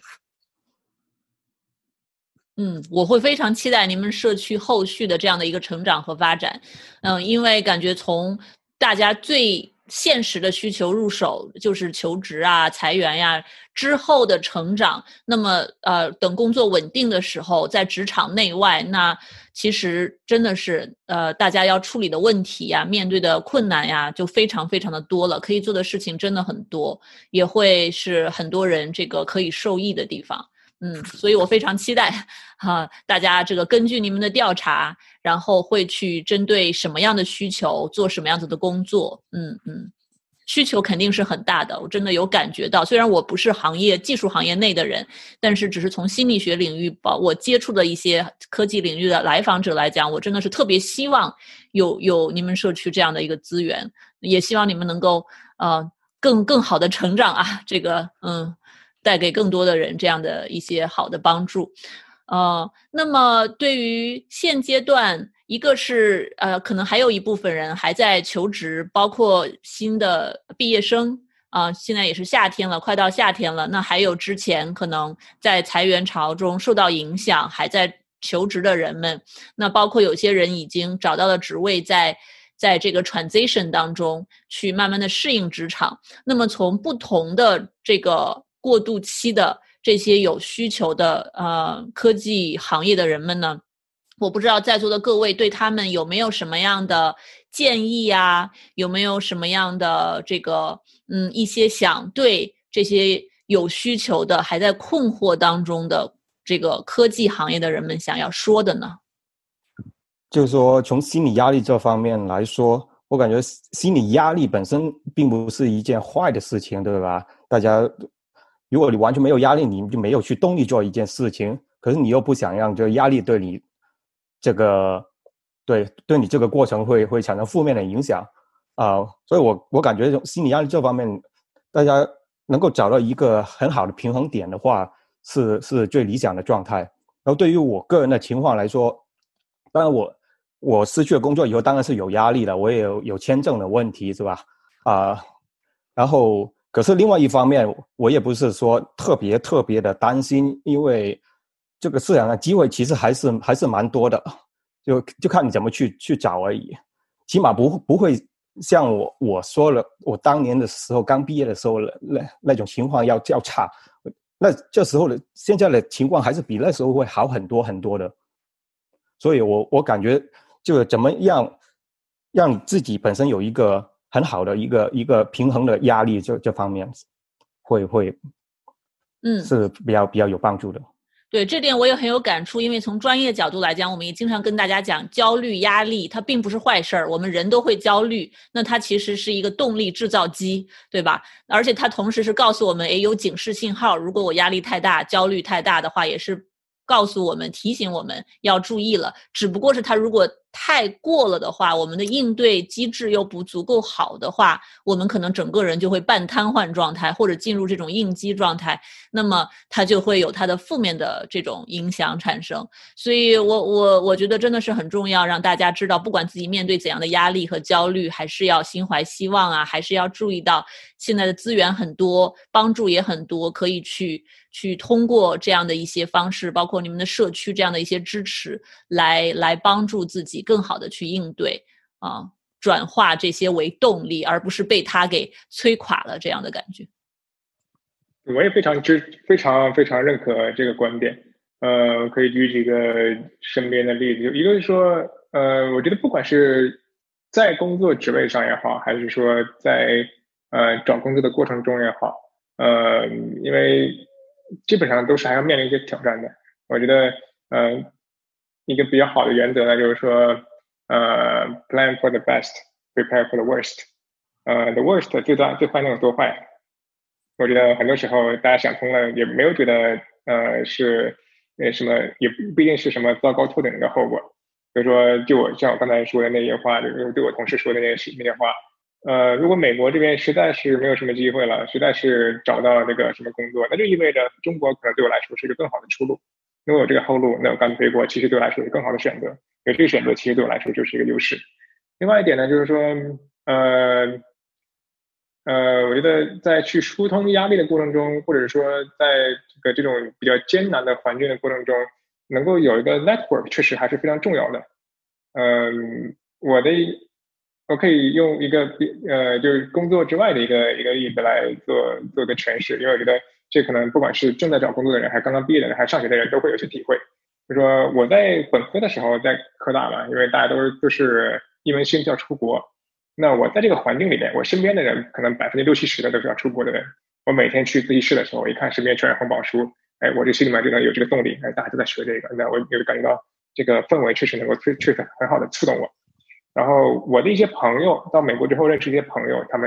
嗯，我会非常期待你们社区后续的这样的一个成长和发展。嗯，因为感觉从大家最现实的需求入手，就是求职啊、裁员呀，之后的成长。那么呃，等工作稳定的时候，在职场内外，那其实真的是呃，大家要处理的问题呀、面对的困难呀，就非常非常的多了，可以做的事情真的很多，也会是很多人这个可以受益的地方。嗯，所以我非常期待哈、啊，大家这个根据你们的调查，然后会去针对什么样的需求做什么样子的工作。嗯嗯。 需求肯定是很大的，我真的有感觉到。虽然我不是行业技术行业内的人，但是只是从心理学领域包我接触的一些科技领域的来访者来讲，我真的是特别希望有有你们社区这样的一个资源，也希望你们能够呃更更好的成长啊，这个嗯带给更多的人这样的一些好的帮助。呃，那么对于现阶段，一个是呃，可能还有一部分人还在求职，包括新的毕业生啊、呃，现在也是夏天了，快到夏天了。那还有之前可能在裁员潮中受到影响，还在求职的人们，那包括有些人已经找到了职位在，在这个 transition 当中去慢慢的适应职场。那么从不同的这个过渡期的这些有需求的呃科技行业的人们呢，我不知道在座的各位对他们有没有什么样的建议啊，有没有什么样的这个嗯一些想对这些有需求的还在困惑当中的这个科技行业的人们想要说的呢？ 就是说从心理压力这方面来说，我感觉心理压力本身并不是一件坏的事情，对吧？大家如果你完全没有压力，你就没有去动力做一件事情，可是你又不想让这个压力对你这个对对你这个过程会会产生负面的影响啊、呃，所以我我感觉心理压力这方面，大家能够找到一个很好的平衡点的话，是是最理想的状态。然后对于我个人的情况来说，当然我我失去了工作以后，当然是有压力的，我也有有签证的问题，是吧？啊、呃，然后。可是另外一方面，我也不是说特别特别的担心，因为这个市场的机会其实还是还是蛮多的，就就看你怎么去去找而已。起码不不会像我我说了，我当年的时候刚毕业的时候那那种情况要要差，那这时候的现在的情况还是比那时候会好很多很多的。所以我我感觉就怎么样让自己本身有一个很好的一个一个平衡的压力，这这方面会会，嗯，是比较比较有帮助的。 对，这点我也很有感触，因为从专业角度来讲，我们也经常跟大家讲，焦虑、压力它并不是坏事儿，我们人都会焦虑，那它其实是一个动力制造机，对吧？而且它同时是告诉我们，诶，有警示信号，如果我压力太大、焦虑太大的话，也是告诉我们、提醒我们要注意了。只不过是它如果太过了的话，我们的应对机制又不足够好的话，我们可能整个人就会半瘫痪状态，或者进入这种应激状态，那么它就会有它的负面的这种影响产生。所以我我我觉得真的是很重要，让大家知道，不管自己面对怎样的压力和焦虑，还是要心怀希望啊，还是要注意到现在的资源很多，帮助也很多，可以去去通过这样的一些方式，包括你们的社区这样的一些支持，来来帮助自己更好的去应对啊，转化这些为动力，而不是被它给摧垮了这样的感觉。 我也非常支非常非常认可这个观点。呃，可以举几个身边的例子，一个是说，呃，我觉得不管是在工作职位上也好，还是说在呃找工作的过程中也好，呃，因为基本上都是还要面临一些挑战的。我觉得，呃，一个比较好的原则呢，就是说，呃 ，plan for the best, prepare for the worst。呃 ，the worst 最大最坏能有多坏？我觉得很多时候大家想通了，也没有觉得呃是呃什么，也不一定是什么糟糕透顶的后果。比如说，就我像我刚才说的那些话，就是对我同事说的那些事那些话，呃，如果美国这边实在是没有什么机会了，实在是找不到这个什么工作，那就意味着中国可能对我来说是一个更好的出路。如果有这个后路，那我干脆回国，其实对我来说是更好的选择。有这个选择，其实对我来说就是一个优势。另外一点呢，就是说，呃。呃，我觉得在去疏通压力的过程中，或者说在这个这种比较艰难的环境的过程中，能够有一个 network 确实还是非常重要的。嗯，我的我可以用一个呃，就是工作之外的一个一个例子来做做个诠释，因为我觉得这可能不管是正在找工作的人，还刚刚毕业的人，还上学的人都会有些体会。就是说我在本科的时候在科大嘛，因为大家都都是一门心思要出国。那我在这个环境里面，我身边的人可能百分之六七十的都是要出国的人。我每天去自习室的时候，一看身边全是红宝书，哎，我这心里面就能有这个动力，哎，大家都在学这个，那我有感觉到这个氛围确实能够确确实很好的触动我。然后我的一些朋友到美国之后认识一些朋友，他们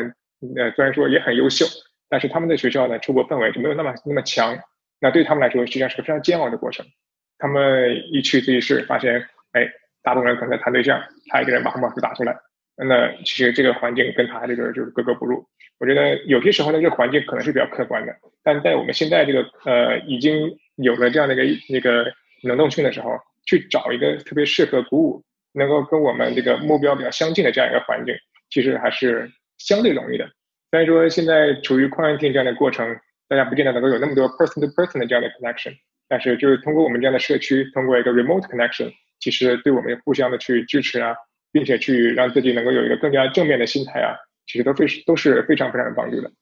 呃，虽然说也很优秀，但是他们的学校呢，出国氛围就没有那么那么强。那对他们来说，实际上是个非常煎熬的过程。他们一去自习室，发现，哎，大部分人可能在谈对象，他一个人把红宝石打出来，那其实这个环境跟他这个就是格格不入。我觉得有些时候呢，这个环境可能是比较客观的，但在我们现在这个呃已经有了这样的一个那个能动性的时候，去找一个特别适合鼓舞，能够跟我们这个目标比较相近的这样一个环境，其实还是相对容易的。虽然说现在处于 quarantine 这样的过程，大家不见得能够有那么多 person to person 的这样的 connection， 但是就是通过我们这样的社区，通过一个 remote connection， 其实对我们互相的去支持啊，并且去让自己能够有一个更加正面的心态啊，其实都非都是非常非常有帮助的。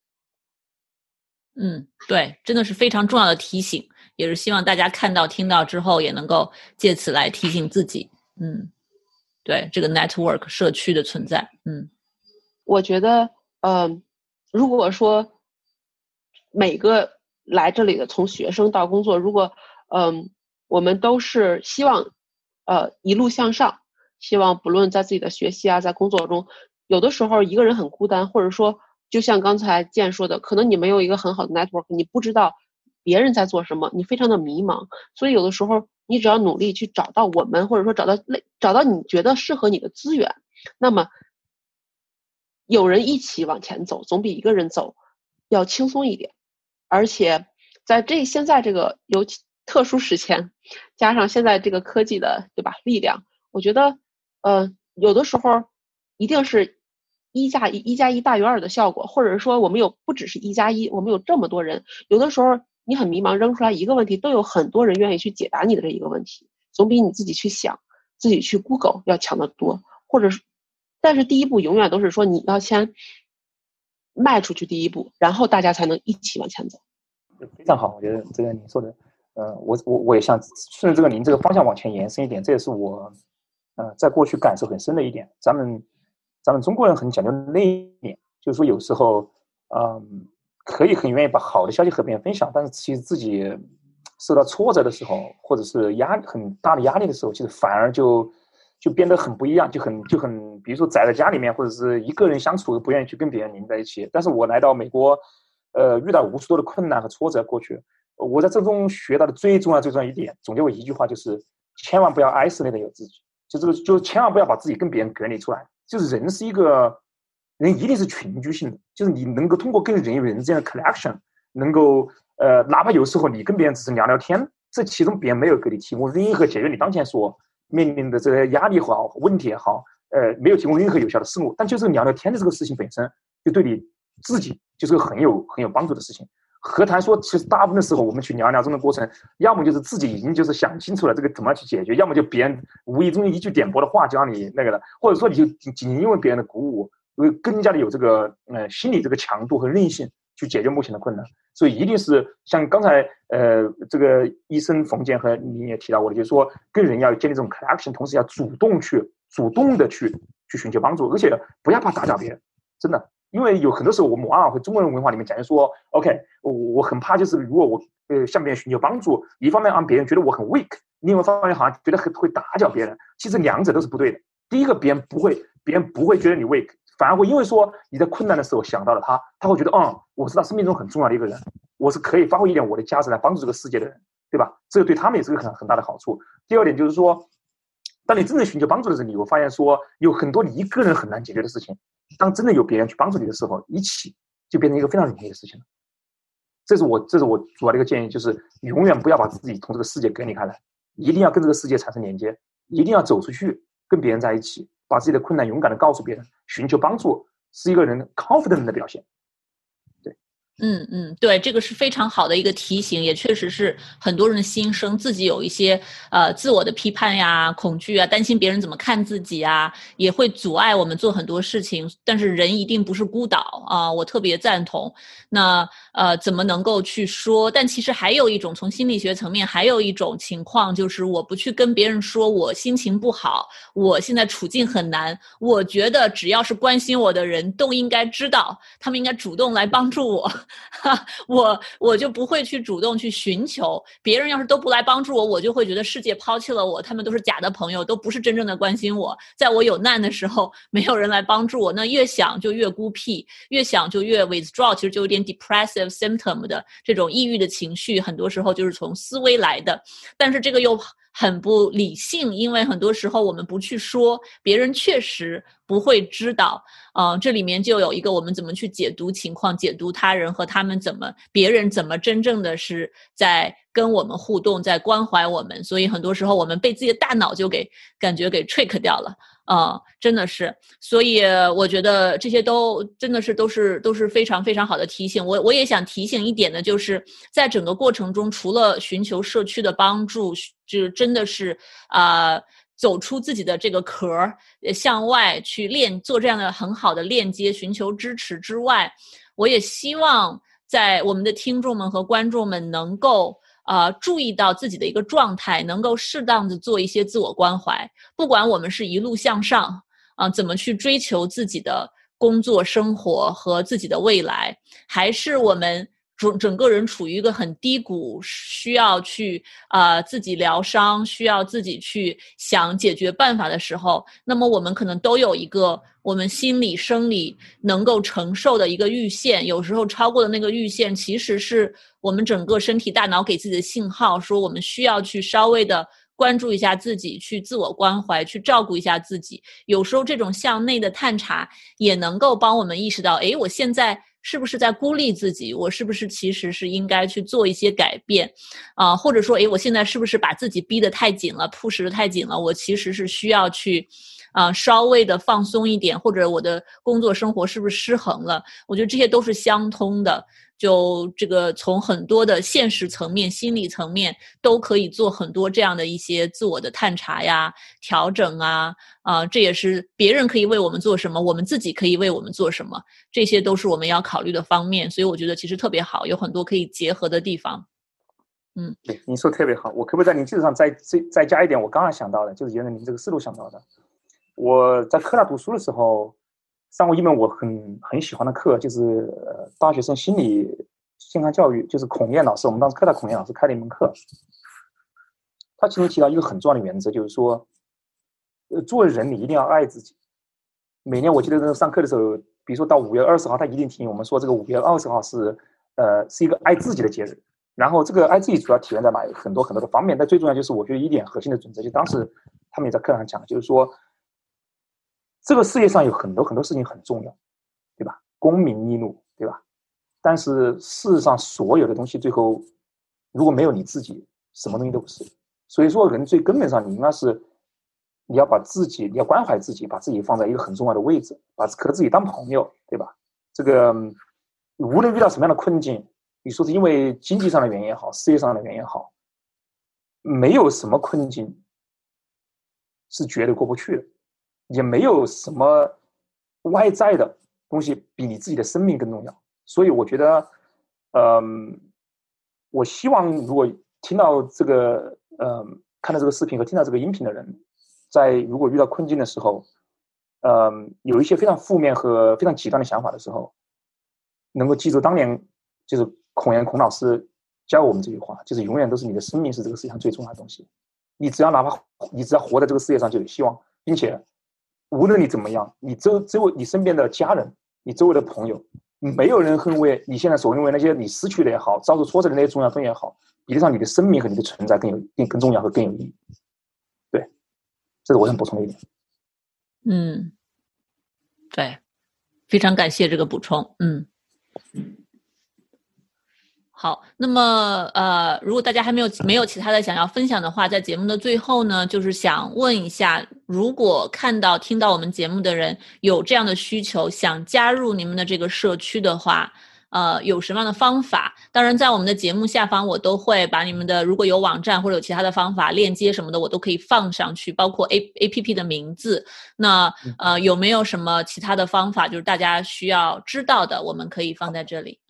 嗯，对，真的是非常重要的提醒，也是希望大家看到听到之后也能够借此来提醒自己。嗯，对，这个 network 社区的存在。嗯， 我觉得呃如果说每个来这里的从学生到工作，如果嗯、呃、我们都是希望呃一路向上，希望不论在自己的学习啊，在工作中，有的时候一个人很孤单，或者说就像刚才建说的，可能你没有一个很好的 network， 你不知道别人在做什么，你非常的迷茫。所以有的时候你只要努力去找到我们，或者说找到找到你觉得适合你的资源，那么有人一起往前走，总比一个人走要轻松一点。而且在这现在这个尤其特殊时间，加上现在这个科技的对吧力量，我觉得呃有的时候一定是一加一一加一大于二的效果，或者说我们有不只是一加一，我们有这么多人，有的时候你很迷茫，扔出来一个问题，都有很多人愿意去解答你的这一个问题，总比你自己去想自己去 Google 要强得多。或者是但是第一步永远都是说你要先迈出去第一步，然后大家才能一起往前走。 非常好，我觉得这个您说的呃我我我也想顺着这个您这个方向往前延伸一点，这也是我呃在过去感受很深的一点。咱们咱们中国人很讲究内敛，就是说有时候嗯可以很愿意把好的消息和别人分享，但是其实自己受到挫折的时候，或者是压很大的压力的时候，其实反而就就变得很不一样，就很就很比如说宅在家里面，或者是一个人相处，不愿意去跟别人黏在一起。但是我来到美国呃遇到无数多的困难和挫折，过去我在这中学到的最重要最重要一点，总结为一句话，就是千万不要 isolate 有自己，就这个就千万不要把自己跟别人隔离出来。就是人是一个人一定是群居性的，就是你能够通过跟人与人之间的 connection， 能够呃哪怕有时候你跟别人只是聊聊天，这其中别人没有给你提供任何解决你当前所面临的这些压力也好问题也好，呃没有提供任何有效的事物，但就是聊聊天的这个事情本身就对你自己就是个很有很有帮助的事情。何谈说其实大部分的时候我们去聊聊这个过程，要么就是自己已经就是想清楚了这个怎么去解决，要么就别人无意中一句点拨的话就让你那个了，或者说你就仅因为别人的鼓舞会更加的有这个呃心理这个强度和韧性去解决目前的困难。所以一定是像刚才呃这个医生冯健和你也提到过的，就是说跟人要建立这种 connection， 同时要主动去主动的去去寻求帮助，而且不要怕打搅别人，真的。因为有很多时候我们往往会中国人文化里面讲，就说 OK 我我很怕就是如果我呃向别人寻求帮助，一方面让别人觉得我很 weak， 另外一方面好像觉得很会打搅别人，其实两者都是不对的。第一个别人不会别人不会觉得你 weak， 反而会因为说你在困难的时候想到了他，他会觉得嗯我是他生命中很重要的一个人，我是可以发挥一点我的价值来帮助这个世界的人，对吧？这个对他们也是个很很大的好处。第二点就是说，当你真正寻求帮助的时候，你会发现说有很多你一个人很难解决的事情，当真的有别人去帮助你的时候，一起就变成一个非常容易的事情了。这是我这是我主要的一个建议，就是永远不要把自己从这个世界隔离开来，一定要跟这个世界产生连接，一定要走出去跟别人在一起，把自己的困难勇敢的告诉别人，寻求帮助是一个人 confident 的表现。 嗯嗯，对，这个是非常好的一个提醒，也确实是很多人的心声，自己有一些呃自我的批判呀、恐惧啊，担心别人怎么看自己啊，也会阻碍我们做很多事情。但是人一定不是孤岛啊、呃，我特别赞同。那呃，怎么能够去说？但其实还有一种，从心理学层面，还有一种情况，就是我不去跟别人说我心情不好，我现在处境很难。我觉得只要是关心我的人都应该知道，他们应该主动来帮助我，我我就不会去主动去寻求。别人要是都不来帮助我，我就会觉得世界抛弃了我，他们都是假的朋友，都不是真正的关心我。在我有难的时候，没有人来帮助我，那越想就越孤僻，越想就越 withdraw， 其实就有点 depressive symptom 的这种抑郁的情绪，很多时候就是从思维来的。但是这个又很不理性，因为很多时候我们不去说，别人确实不会知道。呃，这里面就有一个我们怎么去解读情况，解读他人和他们怎么，别人怎么真正的是在跟我们互动，在关怀我们。所以很多时候我们被自己的大脑就给感觉给 trick 掉了。呃，真的是，所以我觉得这些都真的是都是都是非常非常好的提醒。我我也想提醒一点的，就是在整个过程中，除了寻求社区的帮助，就真的是啊、呃，走出自己的这个壳，向外去练，做这样的很好的链接，寻求支持之外，我也希望在我们的听众们和观众们能够呃，注意到自己的一个状态，能够适当的做一些自我关怀。不管我们是一路向上啊、呃，怎么去追求自己的工作生活和自己的未来，还是我们整整个人处于一个很低谷，需要去呃自己疗伤，需要自己去想解决办法的时候，那么我们可能都有一个我们心理生理能够承受的一个阈限，有时候超过的那个阈限其实是我们整个身体大脑给自己的信号，说我们需要去稍微的关注一下自己，去自我关怀，去照顾一下自己。有时候这种向内的探查也能够帮我们意识到，诶，我现在是不是在孤立自己，我是不是其实是应该去做一些改变啊、呃？或者说诶，我现在是不是把自己逼得太紧了，push得太紧了，我其实是需要去啊、呃，稍微的放松一点，或者我的工作生活是不是失衡了。我觉得这些都是相通的，就这个从很多的现实层面、心理层面都可以做很多这样的一些自我的探查呀、调整啊，啊、呃，这也是别人可以为我们做什么，我们自己可以为我们做什么，这些都是我们要考虑的方面。所以我觉得其实特别好，有很多可以结合的地方。嗯， 对，您说特别好。我可不可以在您基础上再再再加一点？我刚刚想到的，就是沿着您这个思路想到的。我在科大读书的时候，上过一门我很很喜欢的课，就是呃大学生心理健康教育，就是孔燕老师，我们当时科大孔燕老师开了一门课。他其中提到一个很重要的原则，就是说，呃，做人你一定要爱自己。每年我记得上课的时候，比如说到五月二十号，他一定提醒我们说，这个五月二十号是呃是一个爱自己的节日。然后这个爱自己主要体现在哪很多很多的方面，但最重要就是我觉得一点核心的准则，就当时他们也在课上讲，就是说，这个世界上有很多很多事情很重要，对吧？功名利禄，对吧？但是事实上所有的东西最后如果没有你自己，什么东西都不是。所以说人最根本上你应该是你要把自己，你要关怀自己，把自己放在一个很重要的位置，把和自己当朋友，对吧？这个无论遇到什么样的困境，你说是因为经济上的原因也好，事业上的原因也好，没有什么困境是绝对过不去的，也没有什么外在的东西比你自己的生命更重要。所以我觉得嗯，我希望如果听到这个嗯，看到这个视频和听到这个音频的人，在如果遇到困境的时候，嗯，有一些非常负面和非常极端的想法的时候，能够记住当年就是孔岩孔老师教我们这句话，就是永远都是你的生命是这个世界上最重要的东西。你只要哪怕你只要活在这个世界上就有希望，并且无论你怎么样，你周周你身边的家人，你周围的朋友，没有人认为你现在所认为那些你失去的也好，遭受挫折的那些重要东西也好，比得上你的生命和你的存在更有更更重要和更有意义。对，这是我想补充的一点。 嗯，对，非常感谢这个补充。嗯。好，那么呃，如果大家还没有没有其他的想要分享的话，在节目的最后呢，就是想问一下，如果看到听到我们节目的人有这样的需求，想加入你们的这个社区的话，呃，有什么样的方法？当然，在我们的节目下方，我都会把你们的如果有网站或者有其他的方法、链接什么的，我都可以放上去，包括 A A P P 的名字。那呃，有没有什么其他的方法，就是大家需要知道的，我们可以放在这里。嗯。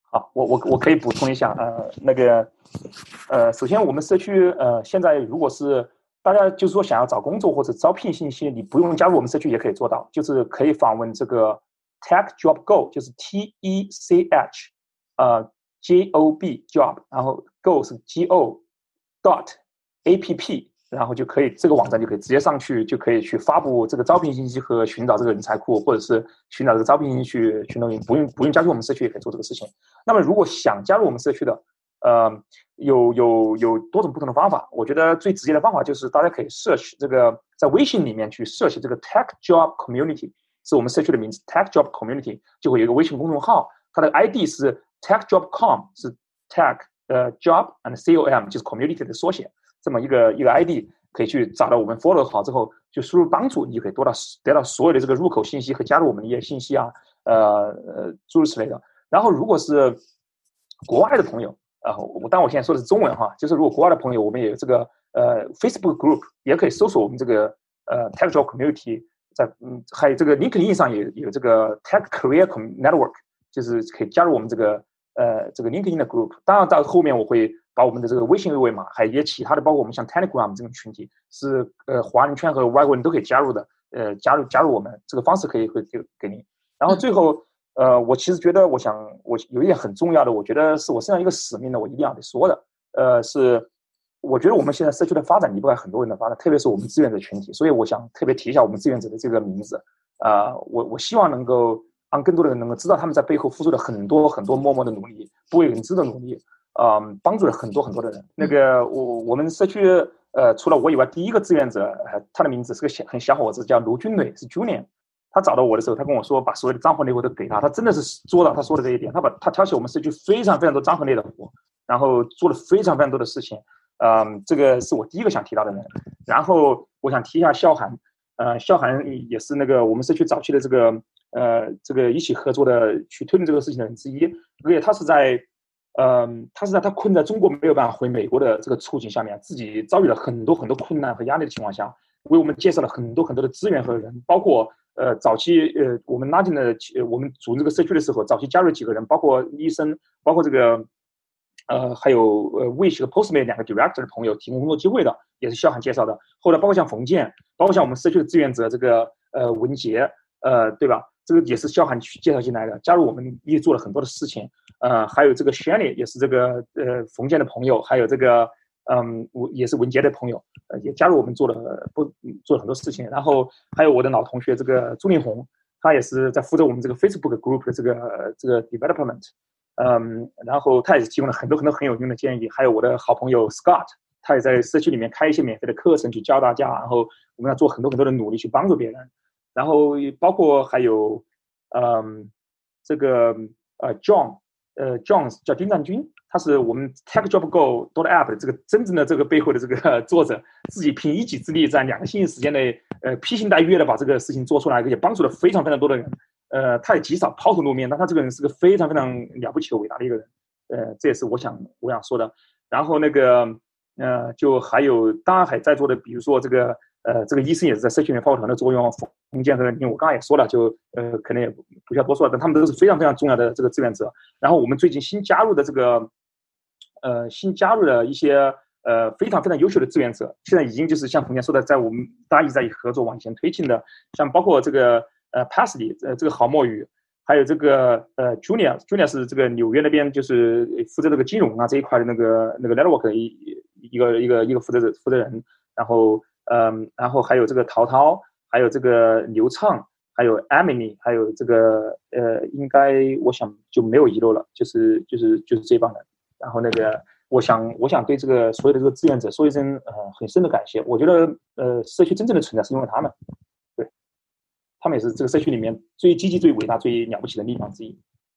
好，我我我可以补充一下，呃，那个，呃，首先我们社区，呃，现在如果是大家就是说想要找工作或者招聘信息，你不用加入我们社区也可以做到，就是可以访问这个 Tech Job Go， 就是 T E C H， 呃 J O B Job， 然后 Go 是 G O dot A P P。然后就可以，这个网站就可以直接上去，就可以去发布这个招聘信息和寻找这个人才库，或者是寻找这个招聘信息去去弄，不用不用加入我们社区也可以做这个事情。那么如果想加入我们社区的，呃，有有有多种不同的方法。我觉得最直接的方法就是大家可以search这个在微信里面去search这个 Tech Job Community， 是我们社区的名字 Tech Job Community， 就会有一个微信公众号，它的 I D 是 Tech Job dot com， 是 Tech 呃 Job and C O M 就是 Community 的缩写。这么一个一个 I D 可以去找到我们 follow 好之后，就输入帮助，你就可以得到得到所有的这个入口信息和加入我们的一些信息啊，呃呃诸如此类的。然后如果是国外的朋友啊，我但我现在说的是中文哈，就是如果国外的朋友，我们也有这个呃 Facebook group， 也可以搜索我们这个呃 Tech Job Community， 在嗯还有这个 LinkedIn 上也有这个 Tech Career Network， 就是可以加入我们这个呃这个 LinkedIn 的 group。当然到后面我会把我们的这个微信二维码，还有一些其他的，包括我们像 Telegram 这种群体，是呃华人圈和外国人都可以加入的。呃，加入加入我们这个方式可以会给给你。然后最后，呃，我其实觉得，我想我有一点很重要的，我觉得是我身上一个使命的，我一定要得说的。呃，是我觉得我们现在社区的发展离不开很多人的发展，特别是我们志愿者群体，所以我想特别提一下我们志愿者的这个名字。啊、呃，我我希望能够让更多的人能够知道他们在背后付出了很多很多默默的努力，不为人知的努力。嗯，帮助了很多很多的人。那个我我们社区呃，除了我以外，第一个志愿者，呃、他的名字是个小很小伙子，叫卢军磊，是 Junior。他找到我的时候，他跟我说把所有的脏活累活都给他，他真的是做到他说的这一点。他把他挑起我们社区非常非常多脏和累的活，然后做了非常非常多的事情。嗯，这个是我第一个想提到的人。然后我想提一下肖涵，呃，肖涵也是那个我们社区早期的这个呃这个一起合作的去推动这个事情的人之一，而且他是在。嗯，他是在他困在中国没有办法回美国的这个处境下面，自己遭遇了很多很多困难和压力的情况下，为我们介绍了很多很多的资源和人，包括呃早期呃我们拉进的呃我们组这个社区的时候，早期加入几个人，包括医生，包括这个呃还有呃 Wish 和 Postmate 两个 director 的朋友提供工作机会的，也是肖涵介绍的。后来包括像冯健，包括像我们社区的志愿者这个呃文杰，呃对吧？这个也是肖涵去介绍进来的，加入我们也做了很多的事情。呃，还有这个 Shani 也是这个呃冯健的朋友，还有这个嗯，我也是文杰的朋友，呃，也加入我们做了不做了很多事情。然后还有我的老同学这个朱令红，他也是在负责我们这个 Facebook group 的这个这个 development， 嗯，然后他也是提供了很多很多很有用的建议。还有我的好朋友 Scott， 他也在社区里面开一些免费的课程去教大家，然后我们要做很多很多的努力去帮助别人。然后包括还有嗯这个呃 John。呃 ，John 叫丁占军，他是我们 Tech Job Go App 的这个真正的这个背后的这个作者，自己凭一己之力，在两个星期时间内，呃，披星戴月的把这个事情做出来，而且帮助了非常非常多的人。呃，他也极少抛头露面，但他这个人是个非常非常了不起的伟大的一个人。呃，这也是我想我想说的。然后那个呃，就还有当然还在座的，比如说这个。呃，这个医生也是在社区里面发挥很多作用。冯健和因为我刚刚也说了，就呃可能也不需要多说了，但他们都是非常非常重要的这个志愿者。然后我们最近新加入的这个呃新加入的一些呃非常非常优秀的志愿者，现在已经就是像冯健说的，在我们大家一直在合作往前推进的，像包括这个呃 Passley 呃这个郝墨宇，还有这个呃 Junior Junior 是这个纽约那边就是负责这个金融啊这一块的那个那个 network 的一一个一个一个负责负责人，然后。嗯，然后还有这个陶陶，还有这个刘畅，还有 Emily， 还有这个呃，应该我想就没有遗漏了，就是就是就是这帮人。然后那个，我想我想对这个所有的这个志愿者说一声呃很深的感谢。我觉得呃，社区真正的存在是因为他们，对，他们也是这个社区里面最积极、最伟大、最了不起的力量之一。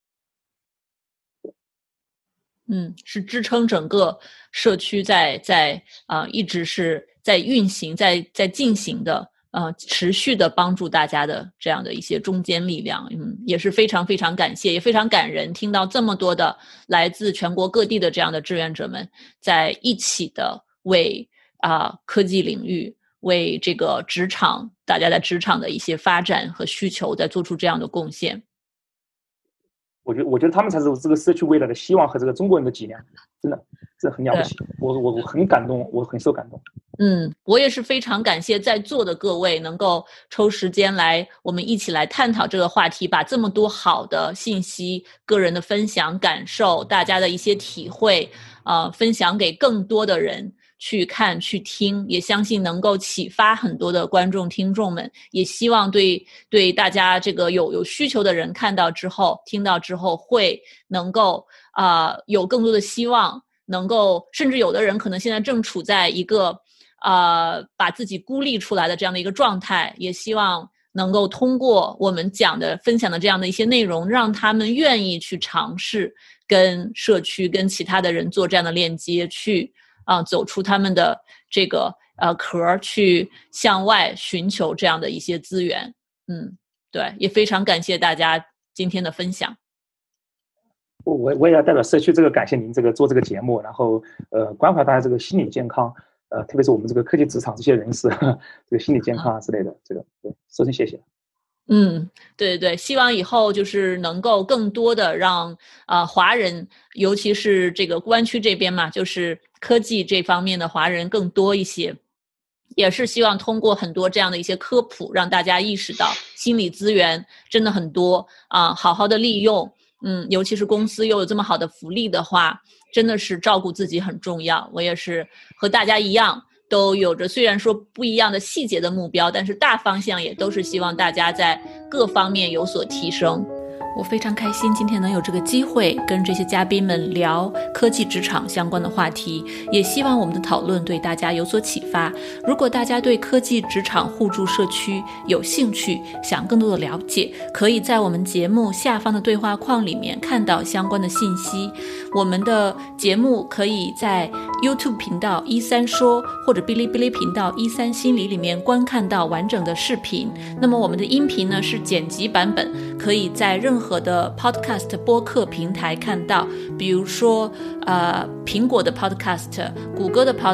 嗯，是支撑整个社区在在啊、呃、一直是在运行在在进行的呃持续的帮助大家的这样的一些中坚力量。嗯，也是非常非常感谢，也非常感人，听到这么多的来自全国各地的这样的志愿者们在一起的为啊、呃、科技领域为这个职场大家在职场的一些发展和需求在做出这样的贡献。 我觉得我觉得他们才是这个社区未来的希望和这个中国人的脊梁，真的这很了不起，我我我很感动，我很受感动。 嗯，我也是非常感谢在座的各位能够抽时间来，我们一起来探讨这个话题，把这么多好的信息、个人的分享、感受、大家的一些体会，呃，分享给更多的人去看、去听，也相信能够启发很多的观众、听众们。也希望对对大家这个有有需求的人看到之后、听到之后，会能够啊、呃、有更多的希望，能够甚至有的人可能现在正处在一个。呃，把自己孤立出来的这样的一个状态，也希望能够通过我们讲的、分享的这样的一些内容，让他们愿意去尝试跟社区、跟其他的人做这样的链接，去啊、呃、走出他们的这个呃壳，去向外寻求这样的一些资源。嗯，对，也非常感谢大家今天的分享。 我我也要代表社区这个感谢您这个做这个节目，然后呃关怀大家这个心理健康。呃，特别是我们这个科技职场这些人士，呵呵这个心理健康啊之类的，这个对，首先谢谢。 嗯，对对对，希望以后就是能够更多的让啊、呃、华人，尤其是这个湾区这边嘛，就是科技这方面的华人更多一些。也是希望通过很多这样的一些科普，让大家意识到心理资源真的很多啊、呃，好好的利用。嗯，尤其是公司又有这么好的福利的话，真的是照顾自己很重要。我也是和大家一样，都有着虽然说不一样的细节的目标，但是大方向也都是希望大家在各方面有所提升。我非常开心今天能有这个机会跟这些嘉宾们聊科技职场相关的话题，也希望我们的讨论对大家有所启发。如果大家对科技职场互助社区有兴趣，想更多的了解，可以在我们节目下方的对话框里面看到相关的信息。我们的节目可以在 YouTube 频道一三说或者哔哩哔哩频道一三心理里面观看到完整的视频。那么我们的音频呢是剪辑版本，可以在任何的 podcast 播客平台看到，比如说呃苹果的 podcast、谷歌的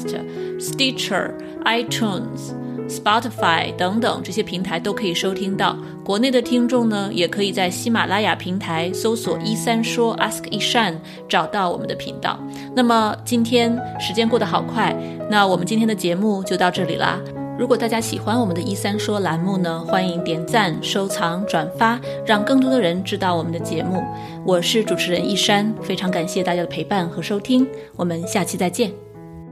podcast、Stitcher、iTunes、Spotify 等等这些平台都可以收听到。国内的听众呢，也可以在喜马拉雅平台搜索一三说 Ask Ishan 找到我们的频道。那么今天时间过得好快，那我们今天的节目就到这里啦。如果大家喜欢我们的一三说栏目呢，欢迎点赞、收藏、转发，让更多的人知道我们的节目。我是主持人一山，非常感谢大家的陪伴和收听，我们下期再见。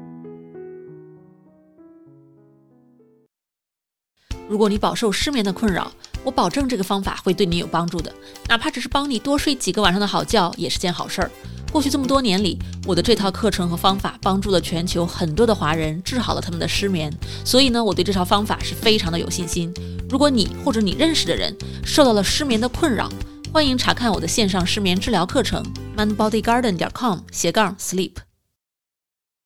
如果你饱受失眠的困扰，我保证这个方法会对你有帮助的，哪怕只是帮你多睡几个晚上的好觉，也是件好事儿。过去这么多年里，我的这套课程和方法帮助了全球很多的华人治好了他们的失眠，所以呢，我对这套方法是非常的有信心。如果你或者你认识的人受到了失眠的困扰，欢迎查看我的线上失眠治疗课程 mindbodygarden 点 com 斜杠 sleep。